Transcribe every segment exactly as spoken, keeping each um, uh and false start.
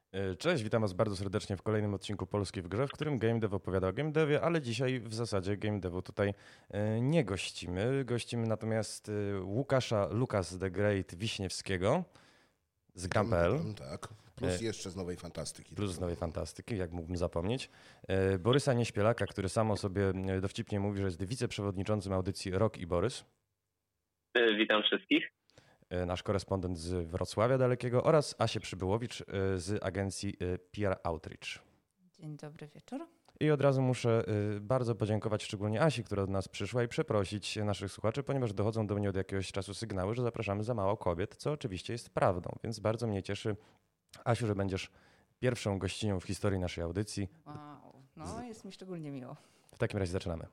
Cześć, witam Was bardzo serdecznie w kolejnym odcinku Polski w grze, w którym Game Dev opowiada o Game Devie, ale dzisiaj w zasadzie Game Devu tutaj nie gościmy. Gościmy natomiast Łukasza Lucas the Great Wiśniewskiego z gram kropka p l. Tak, plus jeszcze z Nowej Fantastyki. Plus z Nowej Fantastyki, jak mógłbym zapomnieć. Borysa Nieśpielaka, który sam o sobie dowcipnie mówi, że jest wiceprzewodniczącym audycji Rok i Borys. Witam wszystkich. Nasz korespondent z Wrocławia Dalekiego oraz Asię Przybyłowicz z agencji P R Outreach. Dzień dobry wieczór. I od razu muszę bardzo podziękować szczególnie Asi, która do nas przyszła i przeprosić naszych słuchaczy, ponieważ dochodzą do mnie od jakiegoś czasu sygnały, że zapraszamy za mało kobiet, co oczywiście jest prawdą, więc bardzo mnie cieszy, Asiu, że będziesz pierwszą gościnią w historii naszej audycji. Wow, no jest mi szczególnie miło. W takim razie zaczynamy.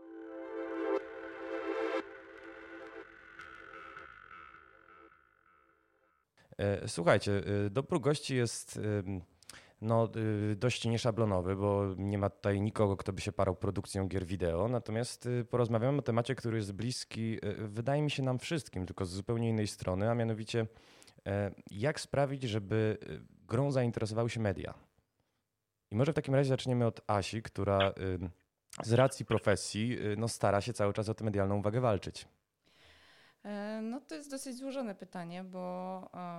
Słuchajcie, dobór gości jest no, dość nieszablonowy, bo nie ma tutaj nikogo, kto by się parał produkcją gier wideo. Natomiast porozmawiamy o temacie, który jest bliski, wydaje mi się, nam wszystkim, tylko z zupełnie innej strony, a mianowicie jak sprawić, żeby grą zainteresowały się media. I może w takim razie zaczniemy od Asi, która z racji profesji no, stara się cały czas o tę medialną uwagę walczyć. No to jest dosyć złożone pytanie, bo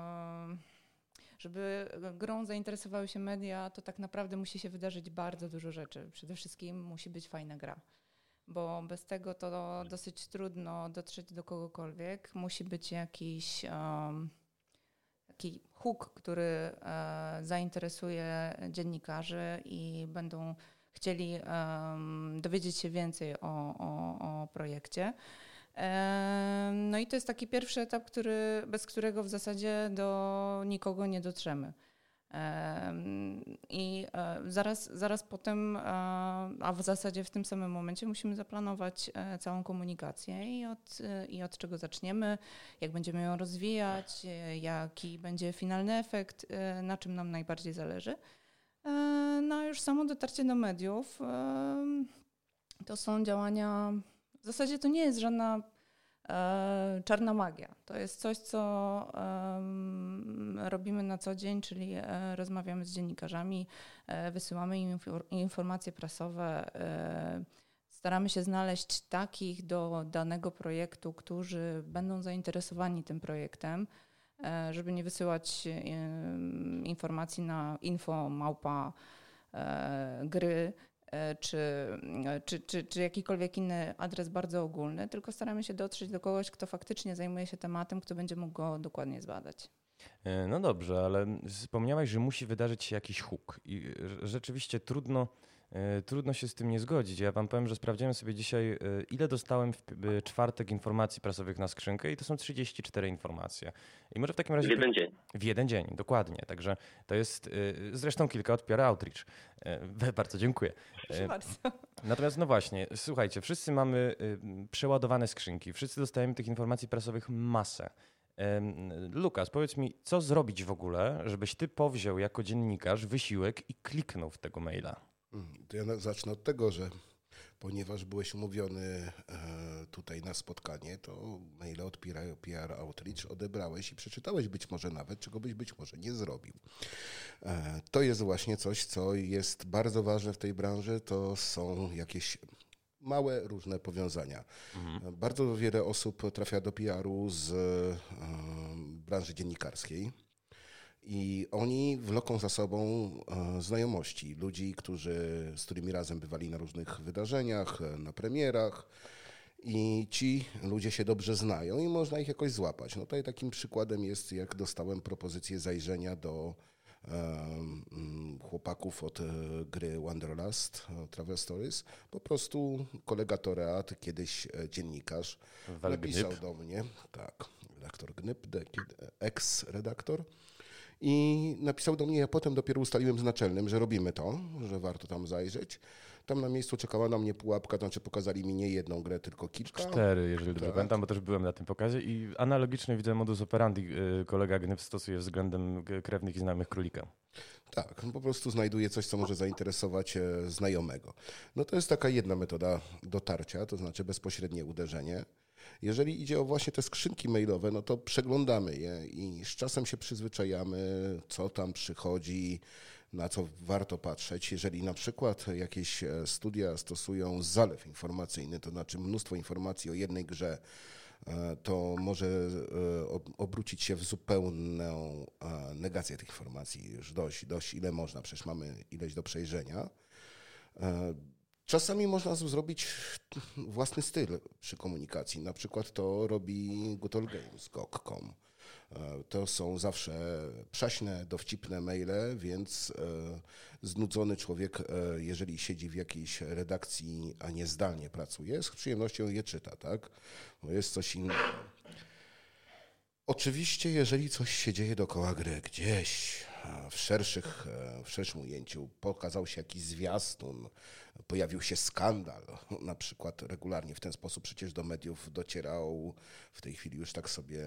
żeby grą zainteresowały się media, to tak naprawdę musi się wydarzyć bardzo dużo rzeczy. Przede wszystkim musi być fajna gra, bo bez tego to dosyć trudno dotrzeć do kogokolwiek. Musi być jakiś um, taki hook, który um, zainteresuje dziennikarzy i będą chcieli um, dowiedzieć się więcej o, o, o projekcie. No i to jest taki pierwszy etap, który, bez którego w zasadzie do nikogo nie dotrzemy. I zaraz, zaraz potem, a w zasadzie w tym samym momencie musimy zaplanować całą komunikację i od, i od czego zaczniemy, jak będziemy ją rozwijać, jaki będzie finalny efekt, na czym nam najbardziej zależy. No a już samo dotarcie do mediów to są działania... W zasadzie to nie jest żadna e, czarna magia. To jest coś, co e, robimy na co dzień, czyli e, rozmawiamy z dziennikarzami, e, wysyłamy im informacje prasowe, e, staramy się znaleźć takich do danego projektu, którzy będą zainteresowani tym projektem, e, żeby nie wysyłać e, informacji na info małpa e, gry, Czy, czy, czy, czy jakikolwiek inny adres bardzo ogólny, tylko staramy się dotrzeć do kogoś, kto faktycznie zajmuje się tematem, kto będzie mógł go dokładnie zbadać. No dobrze, ale wspomniałaś, że musi wydarzyć się jakiś huk i rzeczywiście trudno, trudno się z tym nie zgodzić. Ja wam powiem, że sprawdziłem sobie dzisiaj, ile dostałem w czwartek informacji prasowych na skrzynkę i to są trzydzieści cztery informacje. I może w takim razie... W jeden dzień. W jeden dzień, dokładnie. Także to jest zresztą kilka od P R Outreach. Bardzo dziękuję. Proszę bardzo. Natomiast no właśnie, słuchajcie, wszyscy mamy przeładowane skrzynki, wszyscy dostajemy tych informacji prasowych masę. Lukas, powiedz mi, co zrobić w ogóle, żebyś ty powziął jako dziennikarz wysiłek i kliknął w tego maila? To ja zacznę od tego, że ponieważ byłeś umówiony tutaj na spotkanie, to maile od P R Outreach odebrałeś i przeczytałeś być może nawet, czego byś być może nie zrobił. To jest właśnie coś, co jest bardzo ważne w tej branży, to są jakieś małe, różne powiązania. Mhm. Bardzo wiele osób trafia do P R-u z branży dziennikarskiej. I oni wloką za sobą e, znajomości, ludzi, którzy, z którymi razem bywali na różnych wydarzeniach, na premierach i ci ludzie się dobrze znają i można ich jakoś złapać. No tutaj takim przykładem jest, jak dostałem propozycję zajrzenia do e, chłopaków od e, gry Wanderlust, Travel Stories. Po prostu kolega Toreat, kiedyś e, dziennikarz, Wal napisał Gnyp. do mnie, tak, redaktor Gnyp, ex-redaktor, i napisał do mnie, ja potem dopiero ustaliłem z naczelnym, że robimy to, że warto tam zajrzeć. Tam na miejscu czekała na mnie pułapka, to znaczy pokazali mi nie jedną grę, tylko kilka. Cztery, jeżeli dobrze Tak. pamiętam, bo też byłem na tym pokazie i analogicznie widzę modus operandi kolega Gnyp stosuje względem krewnych i znajomych królika. Tak, po prostu znajduje coś, co może zainteresować znajomego. No to jest taka jedna metoda dotarcia, to znaczy bezpośrednie uderzenie. Jeżeli idzie o właśnie te skrzynki mailowe, no to przeglądamy je i z czasem się przyzwyczajamy, co tam przychodzi, na co warto patrzeć. Jeżeli na przykład jakieś studia stosują zalew informacyjny, to znaczy mnóstwo informacji o jednej grze, to może obrócić się w zupełną negację tych informacji. Już dość, dość ile można, przecież mamy ileś do przejrzenia. Czasami można zrobić własny styl przy komunikacji. Na przykład to robi Good Old Games, G O G kropka com. To są zawsze przaśne, dowcipne maile, więc znudzony człowiek, jeżeli siedzi w jakiejś redakcji, a nie zdalnie pracuje, z przyjemnością je czyta, tak? Bo jest coś innego. Oczywiście, jeżeli coś się dzieje dookoła gry, gdzieś w, szerszych, w szerszym ujęciu pokazał się jakiś zwiastun, pojawił się skandal, na przykład regularnie w ten sposób przecież do mediów docierał w tej chwili już tak sobie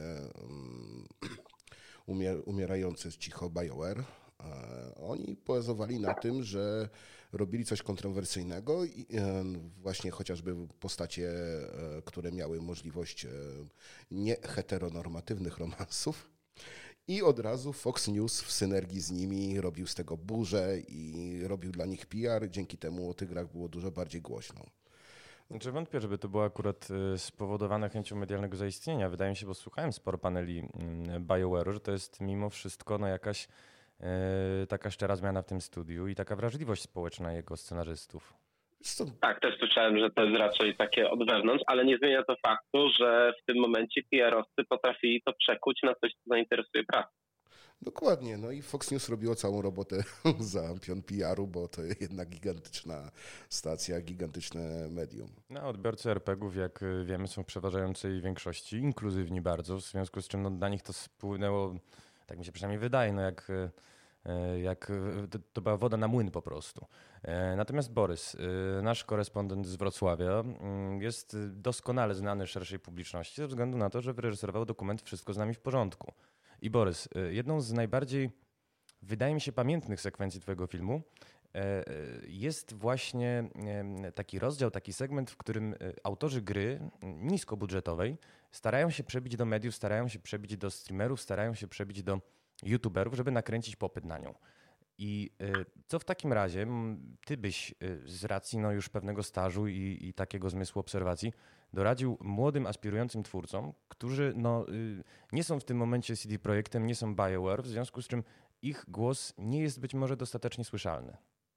umier- umierający cicho BioWare. Oni pozowali na tym, że robili coś kontrowersyjnego i właśnie chociażby postacie, które miały możliwość nieheteronormatywnych romansów. I od razu Fox News w synergii z nimi robił z tego burzę i robił dla nich P R. Dzięki temu o tych grach było dużo bardziej głośno. Znaczy wątpię, żeby to było akurat spowodowane chęcią medialnego zaistnienia. Wydaje mi się, bo słuchałem sporo paneli BioWare'u, że to jest mimo wszystko no jakaś yy, taka szczera zmiana w tym studiu i taka wrażliwość społeczna jego scenarzystów. To... Tak, też słyszałem, że to jest raczej takie od wewnątrz, ale nie zmienia to faktu, że w tym momencie P R-owcy potrafili to przekuć na coś, co zainteresuje prasę. Dokładnie, no i Fox News robiło całą robotę za pion P R-u, bo to jednak gigantyczna stacja, gigantyczne medium. No, odbiorcy er pe gie ów, jak wiemy, są w przeważającej większości inkluzywni bardzo, w związku z czym no, dla nich to spłynęło, tak mi się przynajmniej wydaje, no jak... jak to była woda na młyn po prostu. Natomiast Borys, nasz korespondent z Wrocławia, jest doskonale znany szerszej publiczności ze względu na to, że wyreżyserował dokument Wszystko z nami w porządku. I Borys, jedną z najbardziej, wydaje mi się, pamiętnych sekwencji twojego filmu jest właśnie taki rozdział, taki segment, w którym autorzy gry niskobudżetowej starają się przebić do mediów, starają się przebić do streamerów, starają się przebić do youtuberów, żeby nakręcić popyt na nią. I co w takim razie ty byś z racji no już pewnego stażu i, i takiego zmysłu obserwacji doradził młodym, aspirującym twórcom, którzy no, nie są w tym momencie C D Projektem, nie są BioWare, w związku z czym ich głos nie jest być może dostatecznie słyszalny?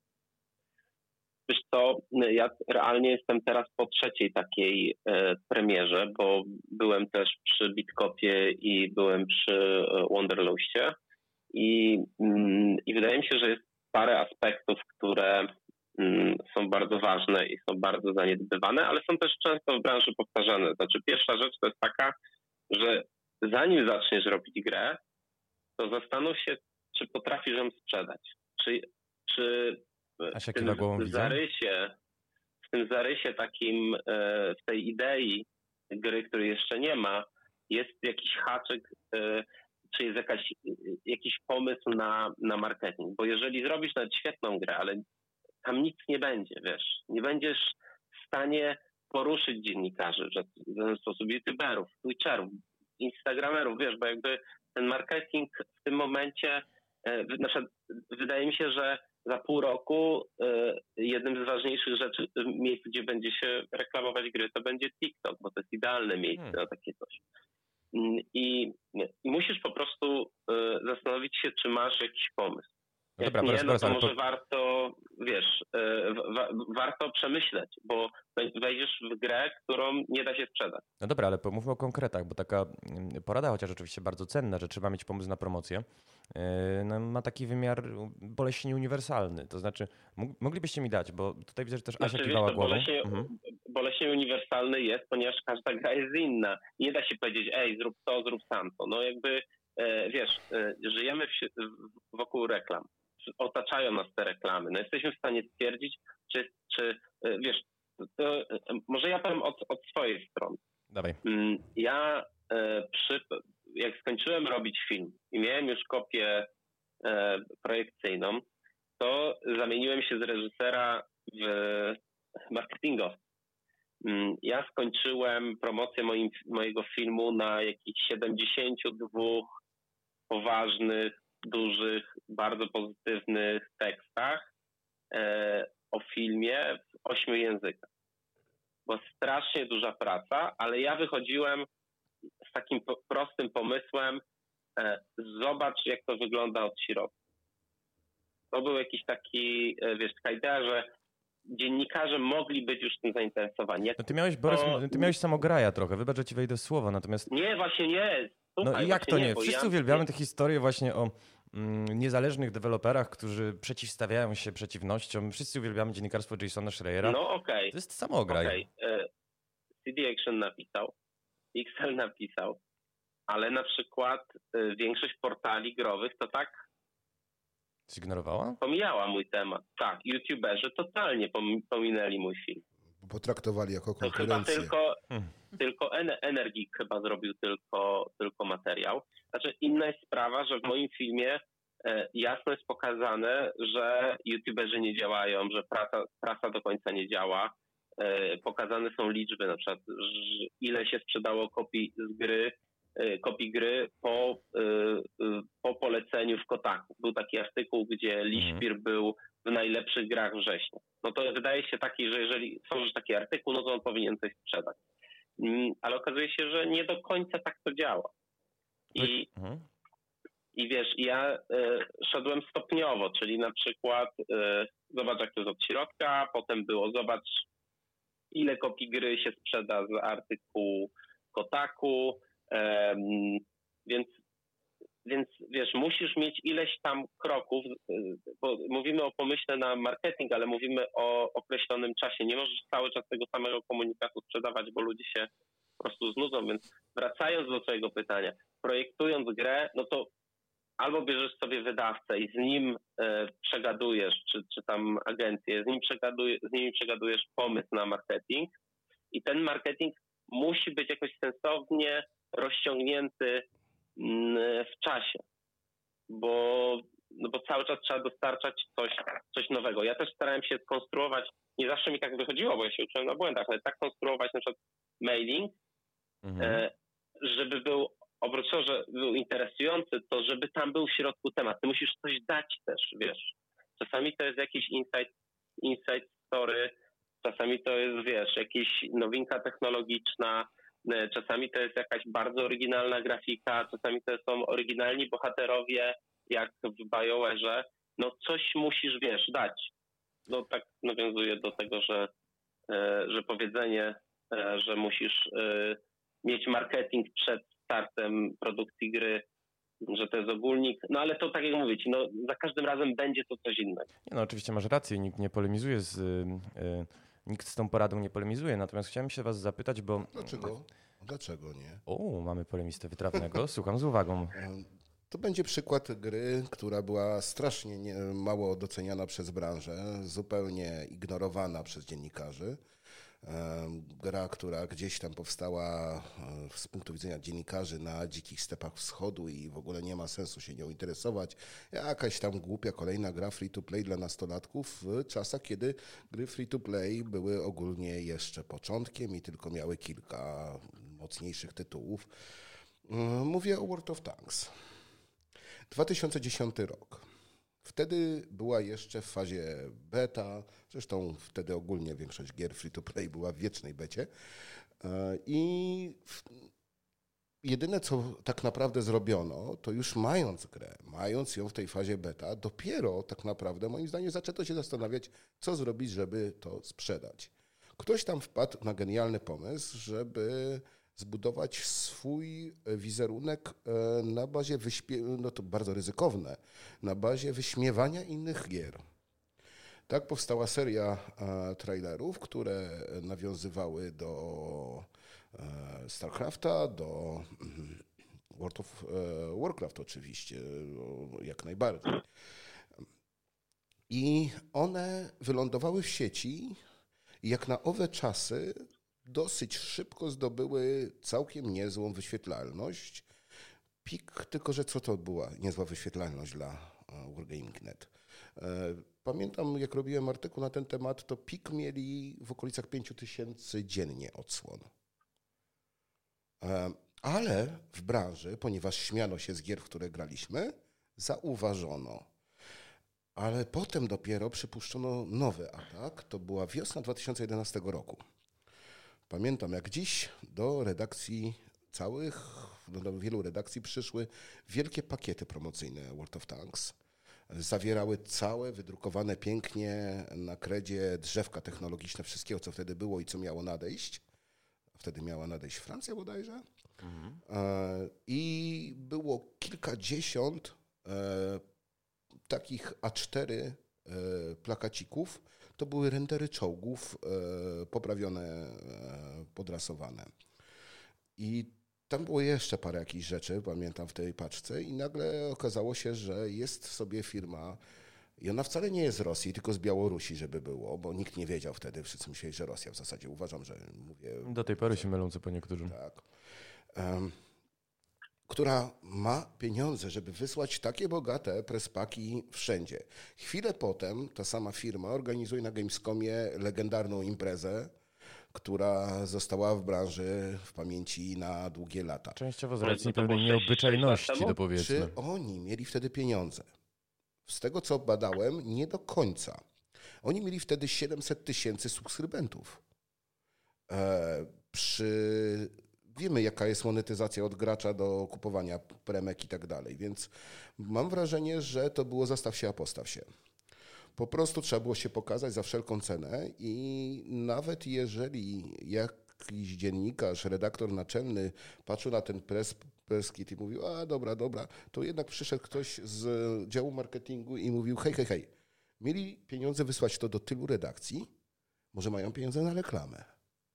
Wiesz co, ja realnie jestem teraz po trzeciej takiej e, premierze, bo byłem też przy Bitkopie i byłem przy Wanderlustie i, mm, i wydaje mi się, że jest parę aspektów, które mm, są bardzo ważne i są bardzo zaniedbywane, ale są też często w branży powtarzane. Znaczy pierwsza rzecz to jest taka, że zanim zaczniesz robić grę, to zastanów się, czy potrafisz ją sprzedać. Czy, czy w tym zarysie, w tym zarysie takim, w tej idei gry, której jeszcze nie ma, jest jakiś haczyk, czy jest jakaś, jakiś pomysł na, na marketing. Bo jeżeli zrobisz nawet świetną grę, ale tam nic nie będzie, wiesz, nie będziesz w stanie poruszyć dziennikarzy w ten sposób, youtuberów, twitcherów, instagramerów, wiesz, bo jakby ten marketing w tym momencie, znaczy, wydaje mi się, że za pół roku jednym z ważniejszych rzeczy, miejsc, gdzie będzie się reklamować gry, to będzie TikTok, bo to jest idealne miejsce hmm. na takie coś. I, I musisz po prostu zastanowić się, czy masz jakiś pomysł. No Jak dobra, nie, proszę, no to proszę, może to... warto, wiesz, wa- warto przemyśleć, bo wejdziesz w grę, którą nie da się sprzedać. No dobra, ale pomówmy o konkretach, bo taka porada, chociaż oczywiście bardzo cenna, że trzeba mieć pomysł na promocję, no, ma taki wymiar boleśnie uniwersalny. To znaczy, moglibyście mi dać, bo tutaj widzę, że też Asia kiwała głową. Boleśnie, mhm. boleśnie uniwersalny jest, ponieważ każda gra jest inna. Nie da się powiedzieć, ej, zrób to, zrób tamto. No jakby, wiesz, żyjemy w, wokół reklam. Otaczają nas te reklamy. No jesteśmy w stanie stwierdzić, czy, czy wiesz, to, może ja powiem od, od swojej strony. Dawaj. Ja przy, jak skończyłem robić film i miałem już kopię projekcyjną, to zamieniłem się z reżysera w marketingowca. Ja skończyłem promocję moim, mojego filmu na jakichś siedemdziesięciu dwóch poważnych, dużych, bardzo pozytywnych tekstach e, o filmie w ośmiu językach. Bo strasznie duża praca, ale ja wychodziłem z takim po, prostym pomysłem, e, zobacz, jak to wygląda od środka. To był jakiś taki, e, wiesz, taka idea, że dziennikarze mogli być już tym zainteresowani. Jak no ty miałeś, Borys, to... ty miałeś samograja trochę, wybacz, że ci wejdę w słowo, natomiast... Nie, właśnie nie. Słuchaj, no i jak to nie? nie Wszyscy ja... uwielbiamy te historie właśnie o mm, niezależnych deweloperach, którzy przeciwstawiają się przeciwnościom. Wszyscy uwielbiamy dziennikarstwo Jasona Schreiera. No okej. Okay. To jest samograj. Okay. C D Action napisał, X L napisał, ale na przykład większość portali growych to tak zignorowała? Pomijała mój temat. Tak, YouTuberzy totalnie pominęli mój film. Potraktowali jako konkurencję. To chyba tylko, hmm. tylko Energii chyba zrobił tylko, tylko materiał. Znaczy inna jest sprawa, że w moim filmie e, jasno jest pokazane, że YouTuberzy nie działają, że prasa, prasa do końca nie działa. E, pokazane są liczby, na przykład że ile się sprzedało kopii z gry, kopii gry po, po poleceniu w Kotaku. Był taki artykuł, gdzie Lichpir był w najlepszych grach września. No to wydaje się taki, że jeżeli tworzysz taki artykuł, no to on powinien coś sprzedać. Ale okazuje się, że nie do końca tak to działa. I, mhm. i wiesz, ja y, szedłem stopniowo, czyli na przykład y, zobacz, jak to jest od środka, potem było zobacz, ile kopii gry się sprzeda z artykułu Kotaku, Um, więc, więc wiesz, musisz mieć ileś tam kroków, bo mówimy o pomyśle na marketing, ale mówimy o określonym czasie. Nie możesz cały czas tego samego komunikatu sprzedawać, bo ludzie się po prostu znudzą. Więc wracając do twojego pytania, projektując grę, no to albo bierzesz sobie wydawcę i z nim e, przegadujesz, czy, czy tam agencję, z nim przegadujesz, z nimi przegadujesz pomysł na marketing i ten marketing musi być jakoś sensownie rozciągnięty w czasie, bo, no bo cały czas trzeba dostarczać coś, coś nowego. Ja też starałem się skonstruować, nie zawsze mi tak wychodziło, bo ja się uczyłem na błędach, ale tak konstruować na przykład mailing, mhm. żeby był, oprócz tego, że był interesujący, to żeby tam był w środku temat. Ty musisz coś dać też, wiesz. Czasami to jest jakiś insight, insight story, czasami to jest, wiesz, jakaś nowinka technologiczna, czasami to jest jakaś bardzo oryginalna grafika, czasami to są oryginalni bohaterowie, jak w BioWare'ze. No coś musisz, wiesz, dać. No tak nawiązuje do tego, że, że powiedzenie, że musisz mieć marketing przed startem produkcji gry, że to jest ogólnik. No ale to tak jak mówić, no za każdym razem będzie to coś innego. Nie, no oczywiście masz rację, nikt nie polemizuje z... Yy... Nikt z tą poradą nie polemizuje, natomiast chciałem się was zapytać, bo... Dlaczego? Dlaczego nie? O, mamy polemistę wytrawnego, słucham z uwagą. To będzie przykład gry, która była strasznie nie, mało doceniana przez branżę, zupełnie ignorowana przez dziennikarzy. Gra, która gdzieś tam powstała z punktu widzenia dziennikarzy na dzikich stepach wschodu i w ogóle nie ma sensu się nią interesować. Jakaś tam głupia kolejna gra free-to-play dla nastolatków w czasach, kiedy gry free-to-play były ogólnie jeszcze początkiem i tylko miały kilka mocniejszych tytułów. Mówię o World of Tanks. dwa tysiące dziesiąty rok. Wtedy była jeszcze w fazie beta, zresztą wtedy ogólnie większość gier free-to-play była w wiecznej becie i jedyne, co tak naprawdę zrobiono, to już mając grę, mając ją w tej fazie beta, dopiero tak naprawdę moim zdaniem zaczęto się zastanawiać, co zrobić, żeby to sprzedać. Ktoś tam wpadł na genialny pomysł, żeby zbudować swój wizerunek na bazie, wyśpie- no to bardzo ryzykowne, na bazie wyśmiewania innych gier. Tak powstała seria trailerów, które nawiązywały do StarCrafta, do World of Warcraft oczywiście, jak najbardziej. I one wylądowały w sieci i jak na owe czasy dosyć szybko zdobyły całkiem niezłą wyświetlalność. Pik, tylko że co to była niezła wyświetlalność dla Wargaming kropka net? Pamiętam, jak robiłem artykuł na ten temat, to pik mieli w okolicach pięć tysięcy dziennie odsłon. Ale w branży, ponieważ śmiano się z gier, w które graliśmy, zauważono. Ale potem dopiero przypuszczono nowy atak. To była wiosna dwa tysiące jedenastego roku. Pamiętam, jak dziś do redakcji całych, do wielu redakcji przyszły wielkie pakiety promocyjne World of Tanks. Zawierały całe, wydrukowane pięknie na kredzie drzewka technologiczne, wszystkiego, co wtedy było i co miało nadejść. Wtedy miała nadejść Francja bodajże. Mhm. I było kilkadziesiąt takich A cztery plakacików. To były rendery czołgów poprawione, podrasowane. I tam było jeszcze parę jakichś rzeczy, pamiętam, w tej paczce i nagle okazało się, że jest sobie firma i ona wcale nie jest z Rosji, tylko z Białorusi, żeby było, bo nikt nie wiedział wtedy, wszyscy myśleli, że Rosja w zasadzie. Uważam, że mówię... Do tej pory się mylą, co po niektórym. Tak. Um, która ma pieniądze, żeby wysłać takie bogate prespaki wszędzie. Chwilę potem ta sama firma organizuje na Gamescomie legendarną imprezę, która została w branży w pamięci na długie lata. Częściowo z racji pewnej nieobyczajności, to powiedzmy. Czy oni mieli wtedy pieniądze? Z tego, co badałem, nie do końca. Oni mieli wtedy siedemset tysięcy subskrybentów. E, przy... Wiemy, jaka jest monetyzacja od gracza do kupowania premek i tak dalej, więc mam wrażenie, że to było zastaw się, a postaw się. Po prostu trzeba było się pokazać za wszelką cenę i nawet jeżeli jakiś dziennikarz, redaktor naczelny patrzył na ten press, press kit i mówił, a dobra, dobra, to jednak przyszedł ktoś z działu marketingu i mówił, hej, hej, hej, mieli pieniądze wysłać to do tylu redakcji, może mają pieniądze na reklamę.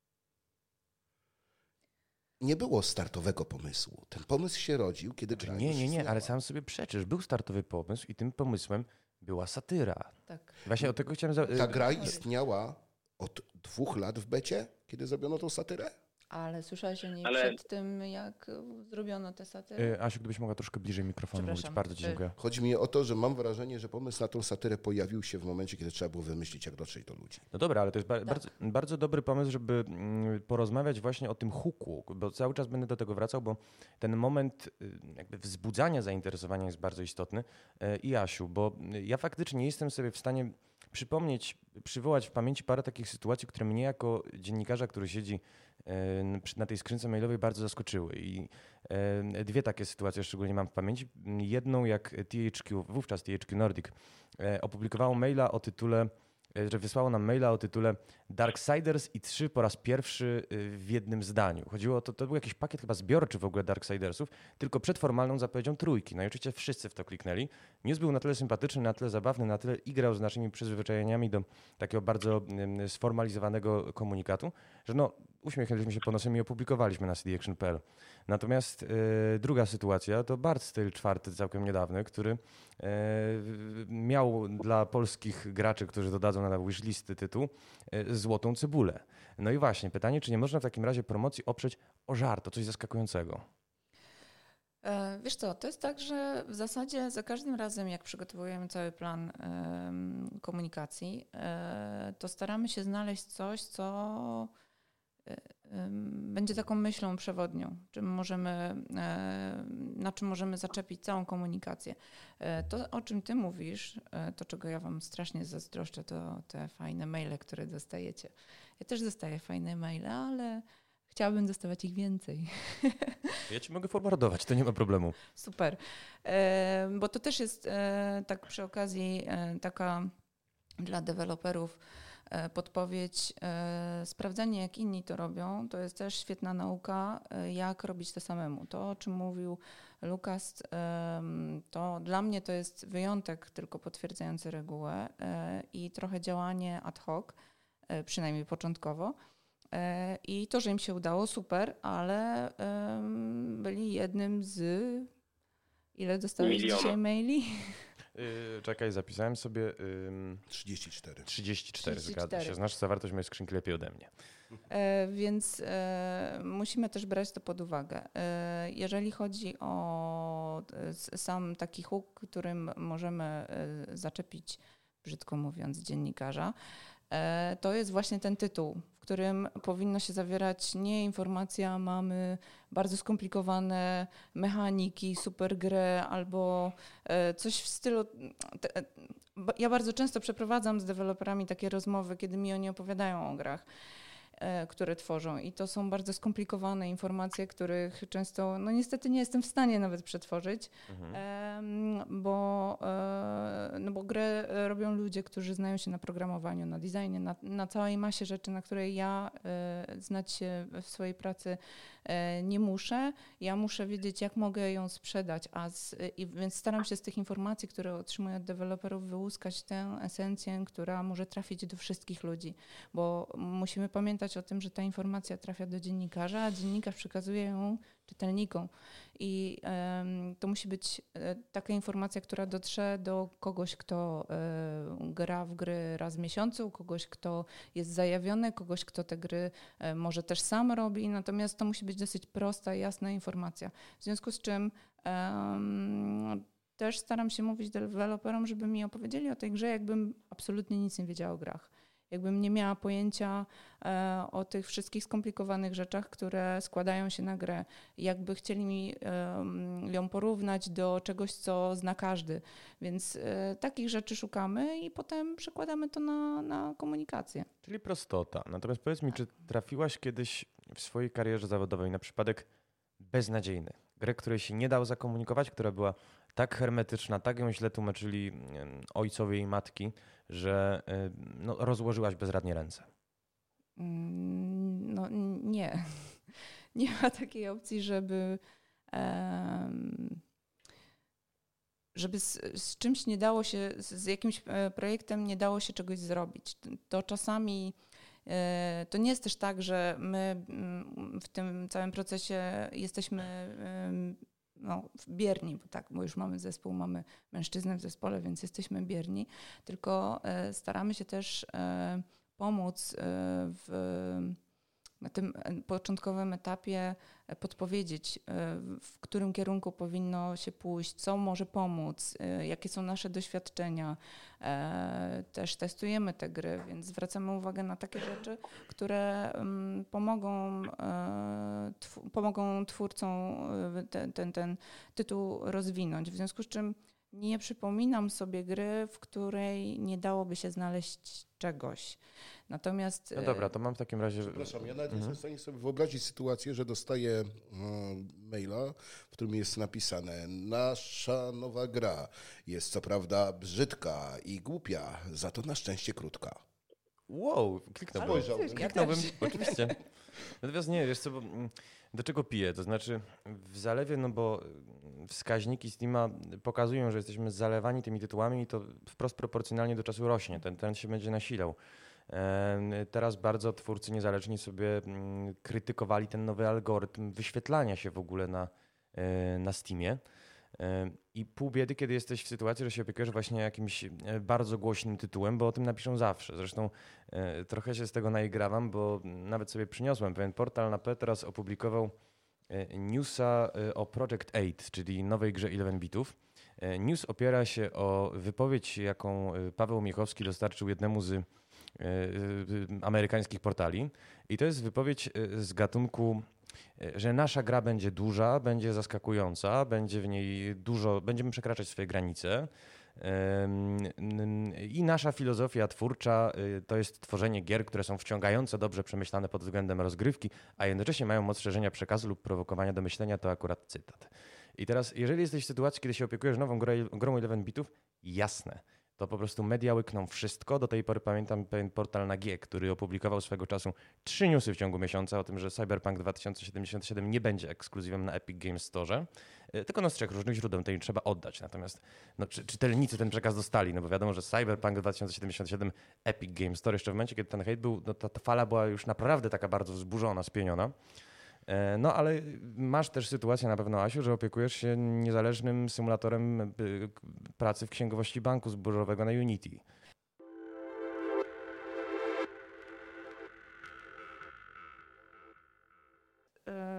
Nie było startowego pomysłu. Ten pomysł się rodził, kiedy znaczy, gra Nie, nie, nie, ale sam sobie przeczysz. Był startowy pomysł i tym pomysłem była satyra. Tak. Właśnie o tego chciałem... Za... Ta gra istniała od dwóch lat w becie, kiedy zrobiono tą satyrę? Ale słyszałeś o niej ale... przed tym, jak zrobiono tę satyrę? Yy, Asiu, gdybyś mogła troszkę bliżej mikrofonu mówić. Bardzo ci dziękuję. Chodzi mi o to, że mam wrażenie, że pomysł na tą satyrę pojawił się w momencie, kiedy trzeba było wymyślić, jak dotrzeć do ludzi. No dobra, ale to jest ba- tak. bardzo, bardzo dobry pomysł, żeby mm, porozmawiać właśnie o tym hooku, bo cały czas będę do tego wracał, bo ten moment y, jakby wzbudzania zainteresowania jest bardzo istotny. Y, I Asiu, bo ja faktycznie jestem sobie w stanie przypomnieć, przywołać w pamięci parę takich sytuacji, które mnie jako dziennikarza, który siedzi na tej skrzynce mailowej, bardzo zaskoczyły. I dwie takie sytuacje szczególnie mam w pamięci. Jedną, jak T H Q, wówczas T H Q Nordic, opublikowało maila o tytule, że wysłało nam maila o tytule Darksiders i trzy po raz pierwszy w jednym zdaniu. Chodziło o to, to był jakiś pakiet chyba zbiorczy w ogóle Darksidersów, tylko przed formalną zapowiedzią trójki. No i oczywiście wszyscy w to kliknęli. News był na tyle sympatyczny, na tyle zabawny, na tyle igrał z naszymi przyzwyczajeniami do takiego bardzo sformalizowanego komunikatu, że no uśmiechnęliśmy się po nosem i opublikowaliśmy na c d action kropka p l. Natomiast e, druga sytuacja to Bard's Tale czwarty, całkiem niedawny, który e, miał dla polskich graczy, którzy dodadzą na wishlisty tytuł, e, złotą cebulę. No i właśnie, pytanie, czy nie można w takim razie promocji oprzeć o żart, o coś zaskakującego? E, wiesz co, to jest tak, że w zasadzie za każdym razem, jak przygotowujemy cały plan e, komunikacji, e, to staramy się znaleźć coś, co będzie taką myślą przewodnią, czym możemy, na czym możemy zaczepić całą komunikację. To, o czym ty mówisz, to czego ja wam strasznie zazdroszczę, to te fajne maile, które dostajecie. Ja też dostaję fajne maile, ale chciałabym dostawać ich więcej. Ja ci mogę forwardować, to nie ma problemu. Super, bo to też jest tak przy okazji taka dla deweloperów podpowiedź, sprawdzenie, jak inni to robią, to jest też świetna nauka, jak robić to samemu. To, o czym mówił Lukas, to dla mnie to jest wyjątek tylko potwierdzający regułę i trochę działanie ad hoc, przynajmniej początkowo. I to, że im się udało, super, ale byli jednym z... Ile dostałeś Miliona. dzisiaj maili? Yy, czekaj, zapisałem sobie... Yy, trzydzieści cztery. trzydzieści cztery, zgadza się. Znasz zawartość mojej skrzynki lepiej ode mnie. E, więc e, musimy też brać to pod uwagę. E, jeżeli chodzi o e, sam taki hook, którym możemy e, zaczepić, brzydko mówiąc, dziennikarza, e, to jest właśnie ten tytuł, w którym powinno się zawierać nie informacja, mamy bardzo skomplikowane mechaniki, super grę albo e, coś w stylu... Te, ja bardzo często przeprowadzam z deweloperami takie rozmowy, kiedy mi oni opowiadają o grach, które tworzą. I to są bardzo skomplikowane informacje, których często, no niestety nie jestem w stanie nawet przetworzyć, mhm. bo, no bo grę robią ludzie, którzy znają się na programowaniu, na designie, na, na całej masie rzeczy, na której ja znać się w swojej pracy nie muszę. Ja muszę wiedzieć, jak mogę ją sprzedać, a z, i więc staram się z tych informacji, które otrzymuję od deweloperów, wyłuskać tę esencję, która może trafić do wszystkich ludzi, bo musimy pamiętać o tym, że ta informacja trafia do dziennikarza, a dziennikarz przekazuje ją czytelnikom. I um, to musi być e, taka informacja, która dotrze do kogoś, kto e, gra w gry raz w miesiącu, kogoś, kto jest zajawiony, kogoś, kto te gry e, może też sam robi. Natomiast to musi być dosyć prosta, jasna informacja. W związku z czym um, też staram się mówić deweloperom, żeby mi opowiedzieli o tej grze, jakbym absolutnie nic nie wiedziała o grach. Jakbym nie miała pojęcia e, o tych wszystkich skomplikowanych rzeczach, które składają się na grę. Jakby chcieli mi e, ją porównać do czegoś, co zna każdy. Więc e, takich rzeczy szukamy i potem przekładamy to na, na komunikację. Czyli prostota. Natomiast powiedz mi, czy trafiłaś kiedyś w swojej karierze zawodowej na przypadek beznadziejny? Grę, której się nie dało zakomunikować, która była tak hermetyczna, tak ją źle tłumaczyli ojcowie i matki, że no, rozłożyłaś bezradnie ręce. No nie. Nie ma takiej opcji, żeby, um, żeby z, z czymś nie dało się, z jakimś projektem nie dało się czegoś zrobić. To czasami to nie jest też tak, że my w tym całym procesie jesteśmy no, bierni, bo tak, bo już mamy zespół, mamy mężczyznę w zespole, więc jesteśmy bierni, tylko staramy się też pomóc w na tym początkowym etapie podpowiedzieć, w którym kierunku powinno się pójść, co może pomóc, jakie są nasze doświadczenia. Też testujemy te gry, więc zwracamy uwagę na takie rzeczy, które pomogą, pomogą twórcom ten, ten, ten tytuł rozwinąć. W związku z czym nie przypominam sobie gry, w której nie dałoby się znaleźć czegoś. Natomiast... No dobra, to mam w takim razie... Przepraszam, ja nawet mhm. jestem w stanie sobie wyobrazić sytuację, że dostaję um, maila, w którym jest napisane: nasza nowa gra jest co prawda brzydka i głupia, za to na szczęście krótka. Wow, kliknąłbym. Kliknąłbym, oczywiście. Natomiast nie, wiesz co, bo, do czego piję? To znaczy w zalewie, no bo wskaźniki Steama pokazują, że jesteśmy zalewani tymi tytułami i to wprost proporcjonalnie do czasu rośnie. Ten trend się będzie nasilał. Teraz bardzo twórcy niezależni sobie krytykowali ten nowy algorytm wyświetlania się w ogóle na, na Steamie. I pół biedy, kiedy jesteś w sytuacji, że się opiekujesz właśnie jakimś bardzo głośnym tytułem, bo o tym napiszą zawsze. Zresztą trochę się z tego naigrawam, bo nawet sobie przyniosłem. Pewien portal na P teraz opublikował newsa o Project osiem, czyli nowej grze jedenaście bitów. News opiera się o wypowiedź, jaką Paweł Miechowski dostarczył jednemu z amerykańskich portali. I to jest wypowiedź z gatunku, że nasza gra będzie duża, będzie zaskakująca, będzie w niej dużo, będziemy przekraczać swoje granice i nasza filozofia twórcza to jest tworzenie gier, które są wciągające, dobrze przemyślane pod względem rozgrywki, a jednocześnie mają moc szerzenia przekazu lub prowokowania do myślenia, to akurat cytat. I teraz, jeżeli jesteś w sytuacji, kiedy się opiekujesz nową grą, grą jedenaście bitów, jasne, to po prostu media łykną wszystko. Do tej pory pamiętam pewien portal na G, który opublikował swego czasu trzy newsy w ciągu miesiąca o tym, że Cyberpunk dwa tysiące siedemdziesiąt siedem nie będzie ekskluzywem na Epic Games Store, tylko no z trzech różnych źródeł, to im trzeba oddać. Natomiast no, czy, czytelnicy ten przekaz dostali, no bo wiadomo, że Cyberpunk dwa tysiące siedemdziesiąt siedem Epic Games Store jeszcze w momencie, kiedy ten hejt był, no ta, ta fala była już naprawdę taka bardzo wzburzona, spieniona. No ale masz też sytuację na pewno, Asiu, że opiekujesz się niezależnym symulatorem pracy w księgowości banku zbiorowego na Unity.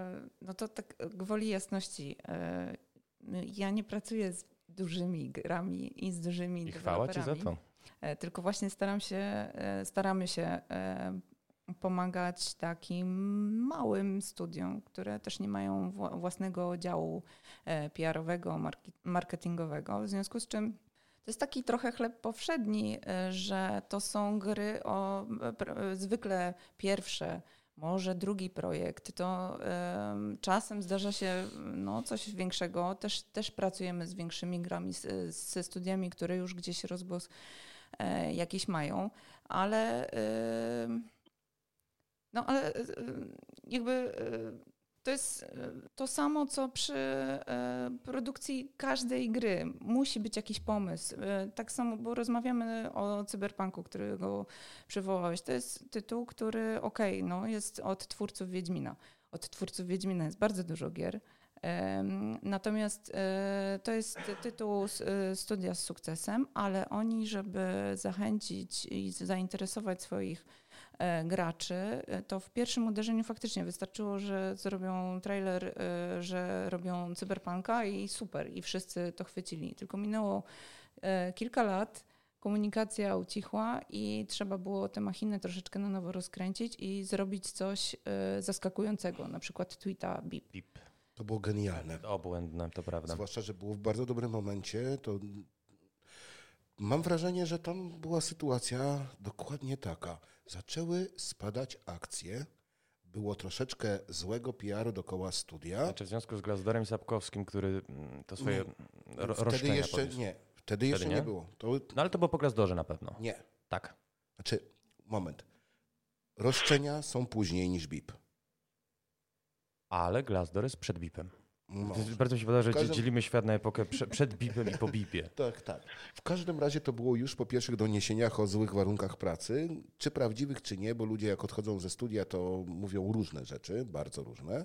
no to tak gwoli jasności. Ja nie pracuję z dużymi grami i z dużymi I chwała ci za to. Tylko właśnie staram się, staramy się pomagać takim małym studiom, które też nie mają własnego działu P R-owego, marketingowego, w związku z czym to jest taki trochę chleb powszedni, że to są gry o zwykle pierwsze, może drugi projekt, to y, czasem zdarza się no, coś większego. Też, też pracujemy z większymi grami, z, ze studiami, które już gdzieś rozgłos y, jakiś mają, ale, y, no, ale y, jakby y, to jest to samo, co przy y, produkcji każdej gry. Musi być jakiś pomysł. Y, tak samo, bo rozmawiamy o Cyberpunku, którego przywołałeś. To jest tytuł, który okej, okay, no, jest od twórców Wiedźmina. Od twórców Wiedźmina jest bardzo dużo gier. Y, natomiast y, to jest tytuł y, studia z sukcesem, ale oni, żeby zachęcić i zainteresować swoich graczy, to w pierwszym uderzeniu faktycznie wystarczyło, że zrobią trailer, że robią Cyberpunka i super, i wszyscy to chwycili. Tylko minęło kilka lat, komunikacja ucichła i trzeba było tę machinę troszeczkę na nowo rozkręcić i zrobić coś zaskakującego, na przykład tweeta Bip. Bip. To było genialne. Obłędne, to prawda. Zwłaszcza, że było w bardzo dobrym momencie, to mam wrażenie, że tam była sytuacja dokładnie taka. Zaczęły spadać akcje, było troszeczkę złego P R-u dookoła studia. Znaczy w związku z Glasdorem Sapkowskim, który to swoje nie, ro- wtedy roszczenia jeszcze podniósł. nie, wtedy jeszcze Wtedy nie? nie było. To, no ale to było po Glasdorze na pewno. Nie. Tak. Znaczy, moment. Roszczenia są później niż Bip. Ale Glasdor jest przed Bipem. No. Bardzo mi się wydaje, że każdym... dzielimy świat na epokę prze, przed Bipem i po Bipie. Tak, tak. W każdym razie to było już po pierwszych doniesieniach o złych warunkach pracy, czy prawdziwych, czy nie, bo ludzie jak odchodzą ze studia, to mówią różne rzeczy, bardzo różne,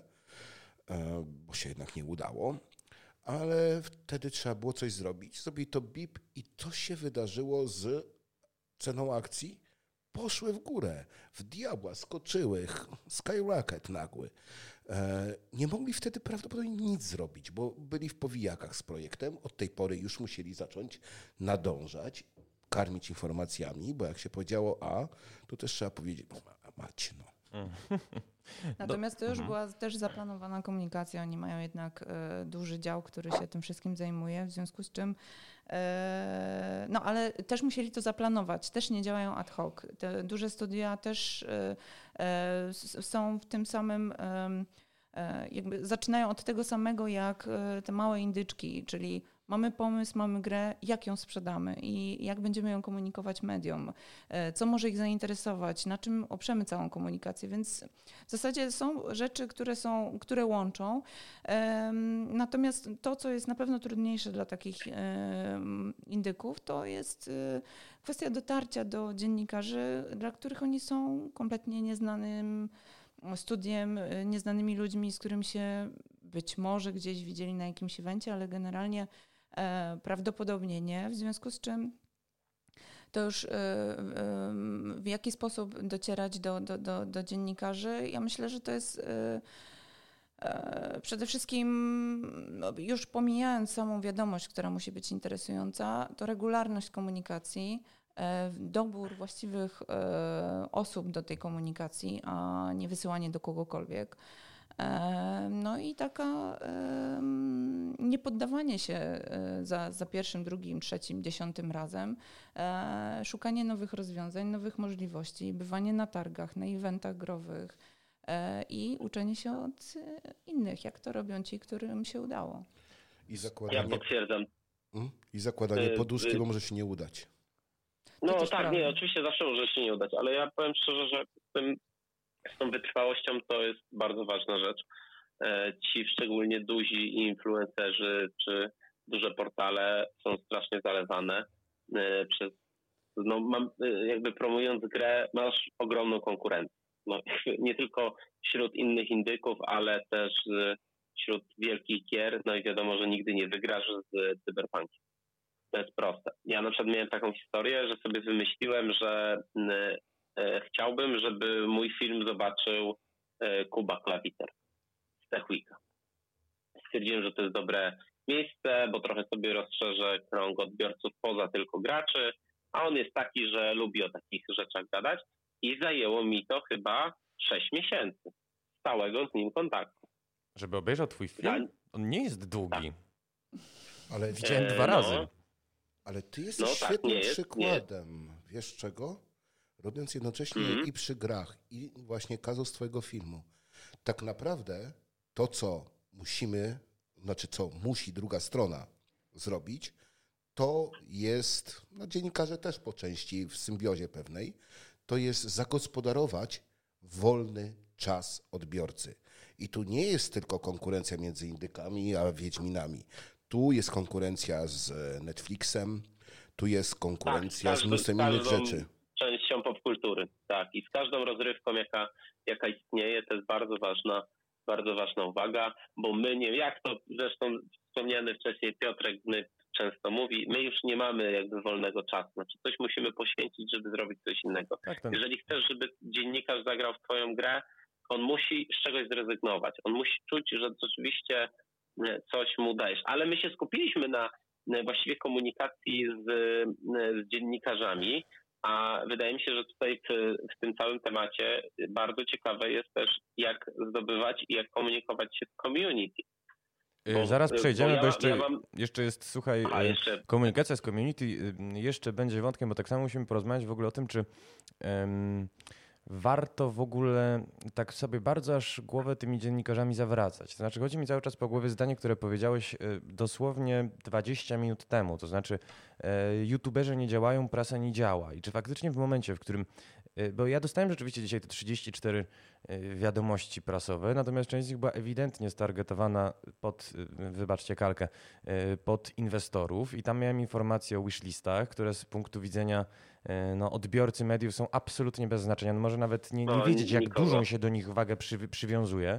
bo się jednak nie udało. Ale wtedy trzeba było coś zrobić. Zrobili to Bip i to się wydarzyło z ceną akcji. Poszły w górę, w diabła, skoczyły, skyrocket nagły. Nie mogli wtedy prawdopodobnie nic zrobić, bo byli w powijakach z projektem. Od tej pory już musieli zacząć nadążać, karmić informacjami, bo jak się powiedziało A, to też trzeba powiedzieć, mać, no. Natomiast to już była też zaplanowana komunikacja. Oni mają jednak y, duży dział, który się tym wszystkim zajmuje, w związku z czym y, no ale też musieli to zaplanować. Też nie działają ad hoc. Te duże studia też y, y, są w tym samym y, jakby zaczynają od tego samego jak te małe indyczki, czyli mamy pomysł, mamy grę, jak ją sprzedamy i jak będziemy ją komunikować mediom, co może ich zainteresować, na czym oprzemy całą komunikację, więc w zasadzie są rzeczy, które są, które łączą. Natomiast to, co jest na pewno trudniejsze dla takich indyków, to jest kwestia dotarcia do dziennikarzy, dla których oni są kompletnie nieznanym studiem, nieznanymi ludźmi, z którymi się być może gdzieś widzieli na jakimś evencie, ale generalnie e, prawdopodobnie nie, w związku z czym to już e, e, w jaki sposób docierać do, do, do, do dziennikarzy. Ja myślę, że to jest e, e, przede wszystkim, no, już pomijając samą wiadomość, która musi być interesująca, to regularność komunikacji, dobór właściwych osób do tej komunikacji, a nie wysyłanie do kogokolwiek. No i taka niepoddawanie się za, za pierwszym, drugim, trzecim, dziesiątym razem, szukanie nowych rozwiązań, nowych możliwości, bywanie na targach, na eventach growych i uczenie się od innych, jak to robią ci, którym się udało. I zakładanie, ja potwierdzam. I zakładanie poduszki, bo może się nie udać. No tak, prawda. Nie, oczywiście zawsze może się nie udać, ale ja powiem szczerze, że z, tym, z tą wytrwałością to jest bardzo ważna rzecz. Ci szczególnie duzi influencerzy czy duże portale są strasznie zalewane przez, no mam, jakby promując grę, masz ogromną konkurencję. No, nie tylko wśród innych indyków, ale też wśród wielkich gier, no i wiadomo, że nigdy nie wygrasz z Cyberpunkiem. To jest proste. Ja na przykład miałem taką historię, że sobie wymyśliłem, że e, chciałbym, żeby mój film zobaczył e, Kuba Klawiter. stwierdziłem, że to jest dobre miejsce, bo trochę sobie rozszerzę krąg odbiorców poza tylko graczy, a on jest taki, że lubi o takich rzeczach gadać i zajęło mi to chyba sześć miesięcy stałego z nim kontaktu. Żeby obejrzał twój film? On nie jest długi. Tak. Ale widziałem e, dwa no. razy. Ale ty jesteś no, tak, świetnym jest, przykładem. Wiesz czego? Robiąc jednocześnie mm-hmm. i przy grach, i właśnie kazus twojego filmu. Tak naprawdę to, co musimy, znaczy co musi druga strona zrobić, to jest, no dziennikarze też po części w symbiozie pewnej, to jest zagospodarować wolny czas odbiorcy. I tu nie jest tylko konkurencja między Indykami a Wiedźminami. Tu jest konkurencja z Netflixem, tu jest konkurencja tak, z, każdy, z mnóstwem innych rzeczy. Częścią popkultury, tak. I z każdą rozrywką, jaka, jaka istnieje, to jest bardzo ważna, bardzo ważna uwaga, bo my nie, jak to zresztą wspomniany wcześniej Piotrek my często mówi, my już nie mamy jakby wolnego czasu. Znaczy coś musimy poświęcić, żeby zrobić coś innego. Tak, tak. Jeżeli chcesz, żeby dziennikarz zagrał w twoją grę, on musi z czegoś zrezygnować. On musi czuć, że rzeczywiście coś mu dajesz. Ale my się skupiliśmy na właściwie komunikacji z, z dziennikarzami, a wydaje mi się, że tutaj w, w tym całym temacie bardzo ciekawe jest też, jak zdobywać i jak komunikować się z community. Bo, Zaraz przejdziemy, bo, ja, bo jeszcze, ja mam... jeszcze jest, słuchaj, a, jeszcze... komunikacja z community jeszcze będzie wątkiem, bo tak samo musimy porozmawiać w ogóle o tym, czy um, warto w ogóle tak sobie bardzo aż głowę tymi dziennikarzami zawracać. To znaczy chodzi mi cały czas po głowie zdanie, które powiedziałeś dosłownie dwadzieścia minut temu. To znaczy youtuberzy nie działają, prasa nie działa. I czy faktycznie w momencie, w którym... Bo ja dostałem rzeczywiście dzisiaj te trzydzieści cztery wiadomości prasowe, natomiast część z nich była ewidentnie stargetowana pod, wybaczcie kalkę, pod inwestorów i tam miałem informacje o wishlistach, które z punktu widzenia no, odbiorcy mediów są absolutnie bez znaczenia. No, może nawet nie, nie no, wiedzieć, jak nikogo. dużą się do nich wagę przy, przywiązuje.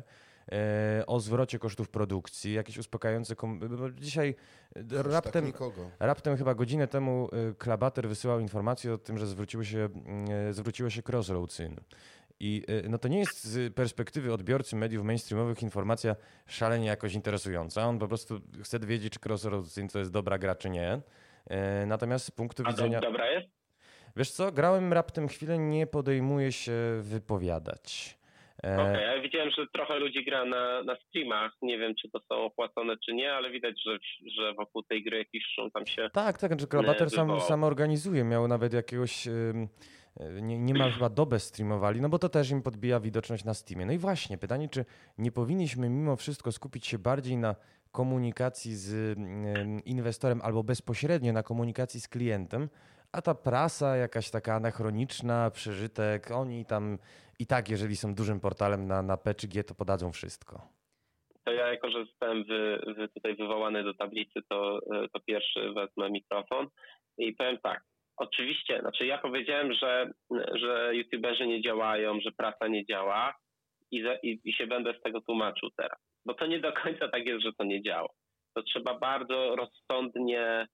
O zwrocie kosztów produkcji, jakieś uspokajające... Kom... Dzisiaj raptem, tak raptem chyba godzinę temu Klabater wysyłał informację o tym, że zwróciły się, zwróciło się Crossroads. I no to nie jest z perspektywy odbiorcy mediów mainstreamowych informacja szalenie jakoś interesująca. On po prostu chce wiedzieć, czy Crossroads to jest dobra gra, czy nie. Natomiast z punktu A widzenia... dobra jest? Wiesz co, grałem raptem chwilę, nie podejmuję się wypowiadać. Okej, okay, ja widziałem, że trochę ludzi gra na, na streamach. Nie wiem, czy to są opłacone, czy nie, ale widać, że, że wokół tej gry jakiś szum tam się... Tak, tak, że Klabater sam, sam organizuje. Miał nawet jakiegoś... Nie, nie ma chyba dobę streamowali, no bo to też im podbija widoczność na Steamie. No i właśnie, pytanie, czy nie powinniśmy mimo wszystko skupić się bardziej na komunikacji z inwestorem albo bezpośrednio na komunikacji z klientem, a ta prasa jakaś taka anachroniczna, przeżytek, oni tam i tak, jeżeli są dużym portalem na, na P czy G, to podadzą wszystko. To ja, jako że zostałem wy, wy tutaj wywołany do tablicy, to, to pierwszy wezmę mikrofon i powiem tak. Oczywiście, znaczy ja powiedziałem, że, że youtuberzy nie działają, że prasa nie działa i, za, i, i się będę z tego tłumaczył teraz. Bo to nie do końca tak jest, że to nie działa. To trzeba bardzo rozsądnie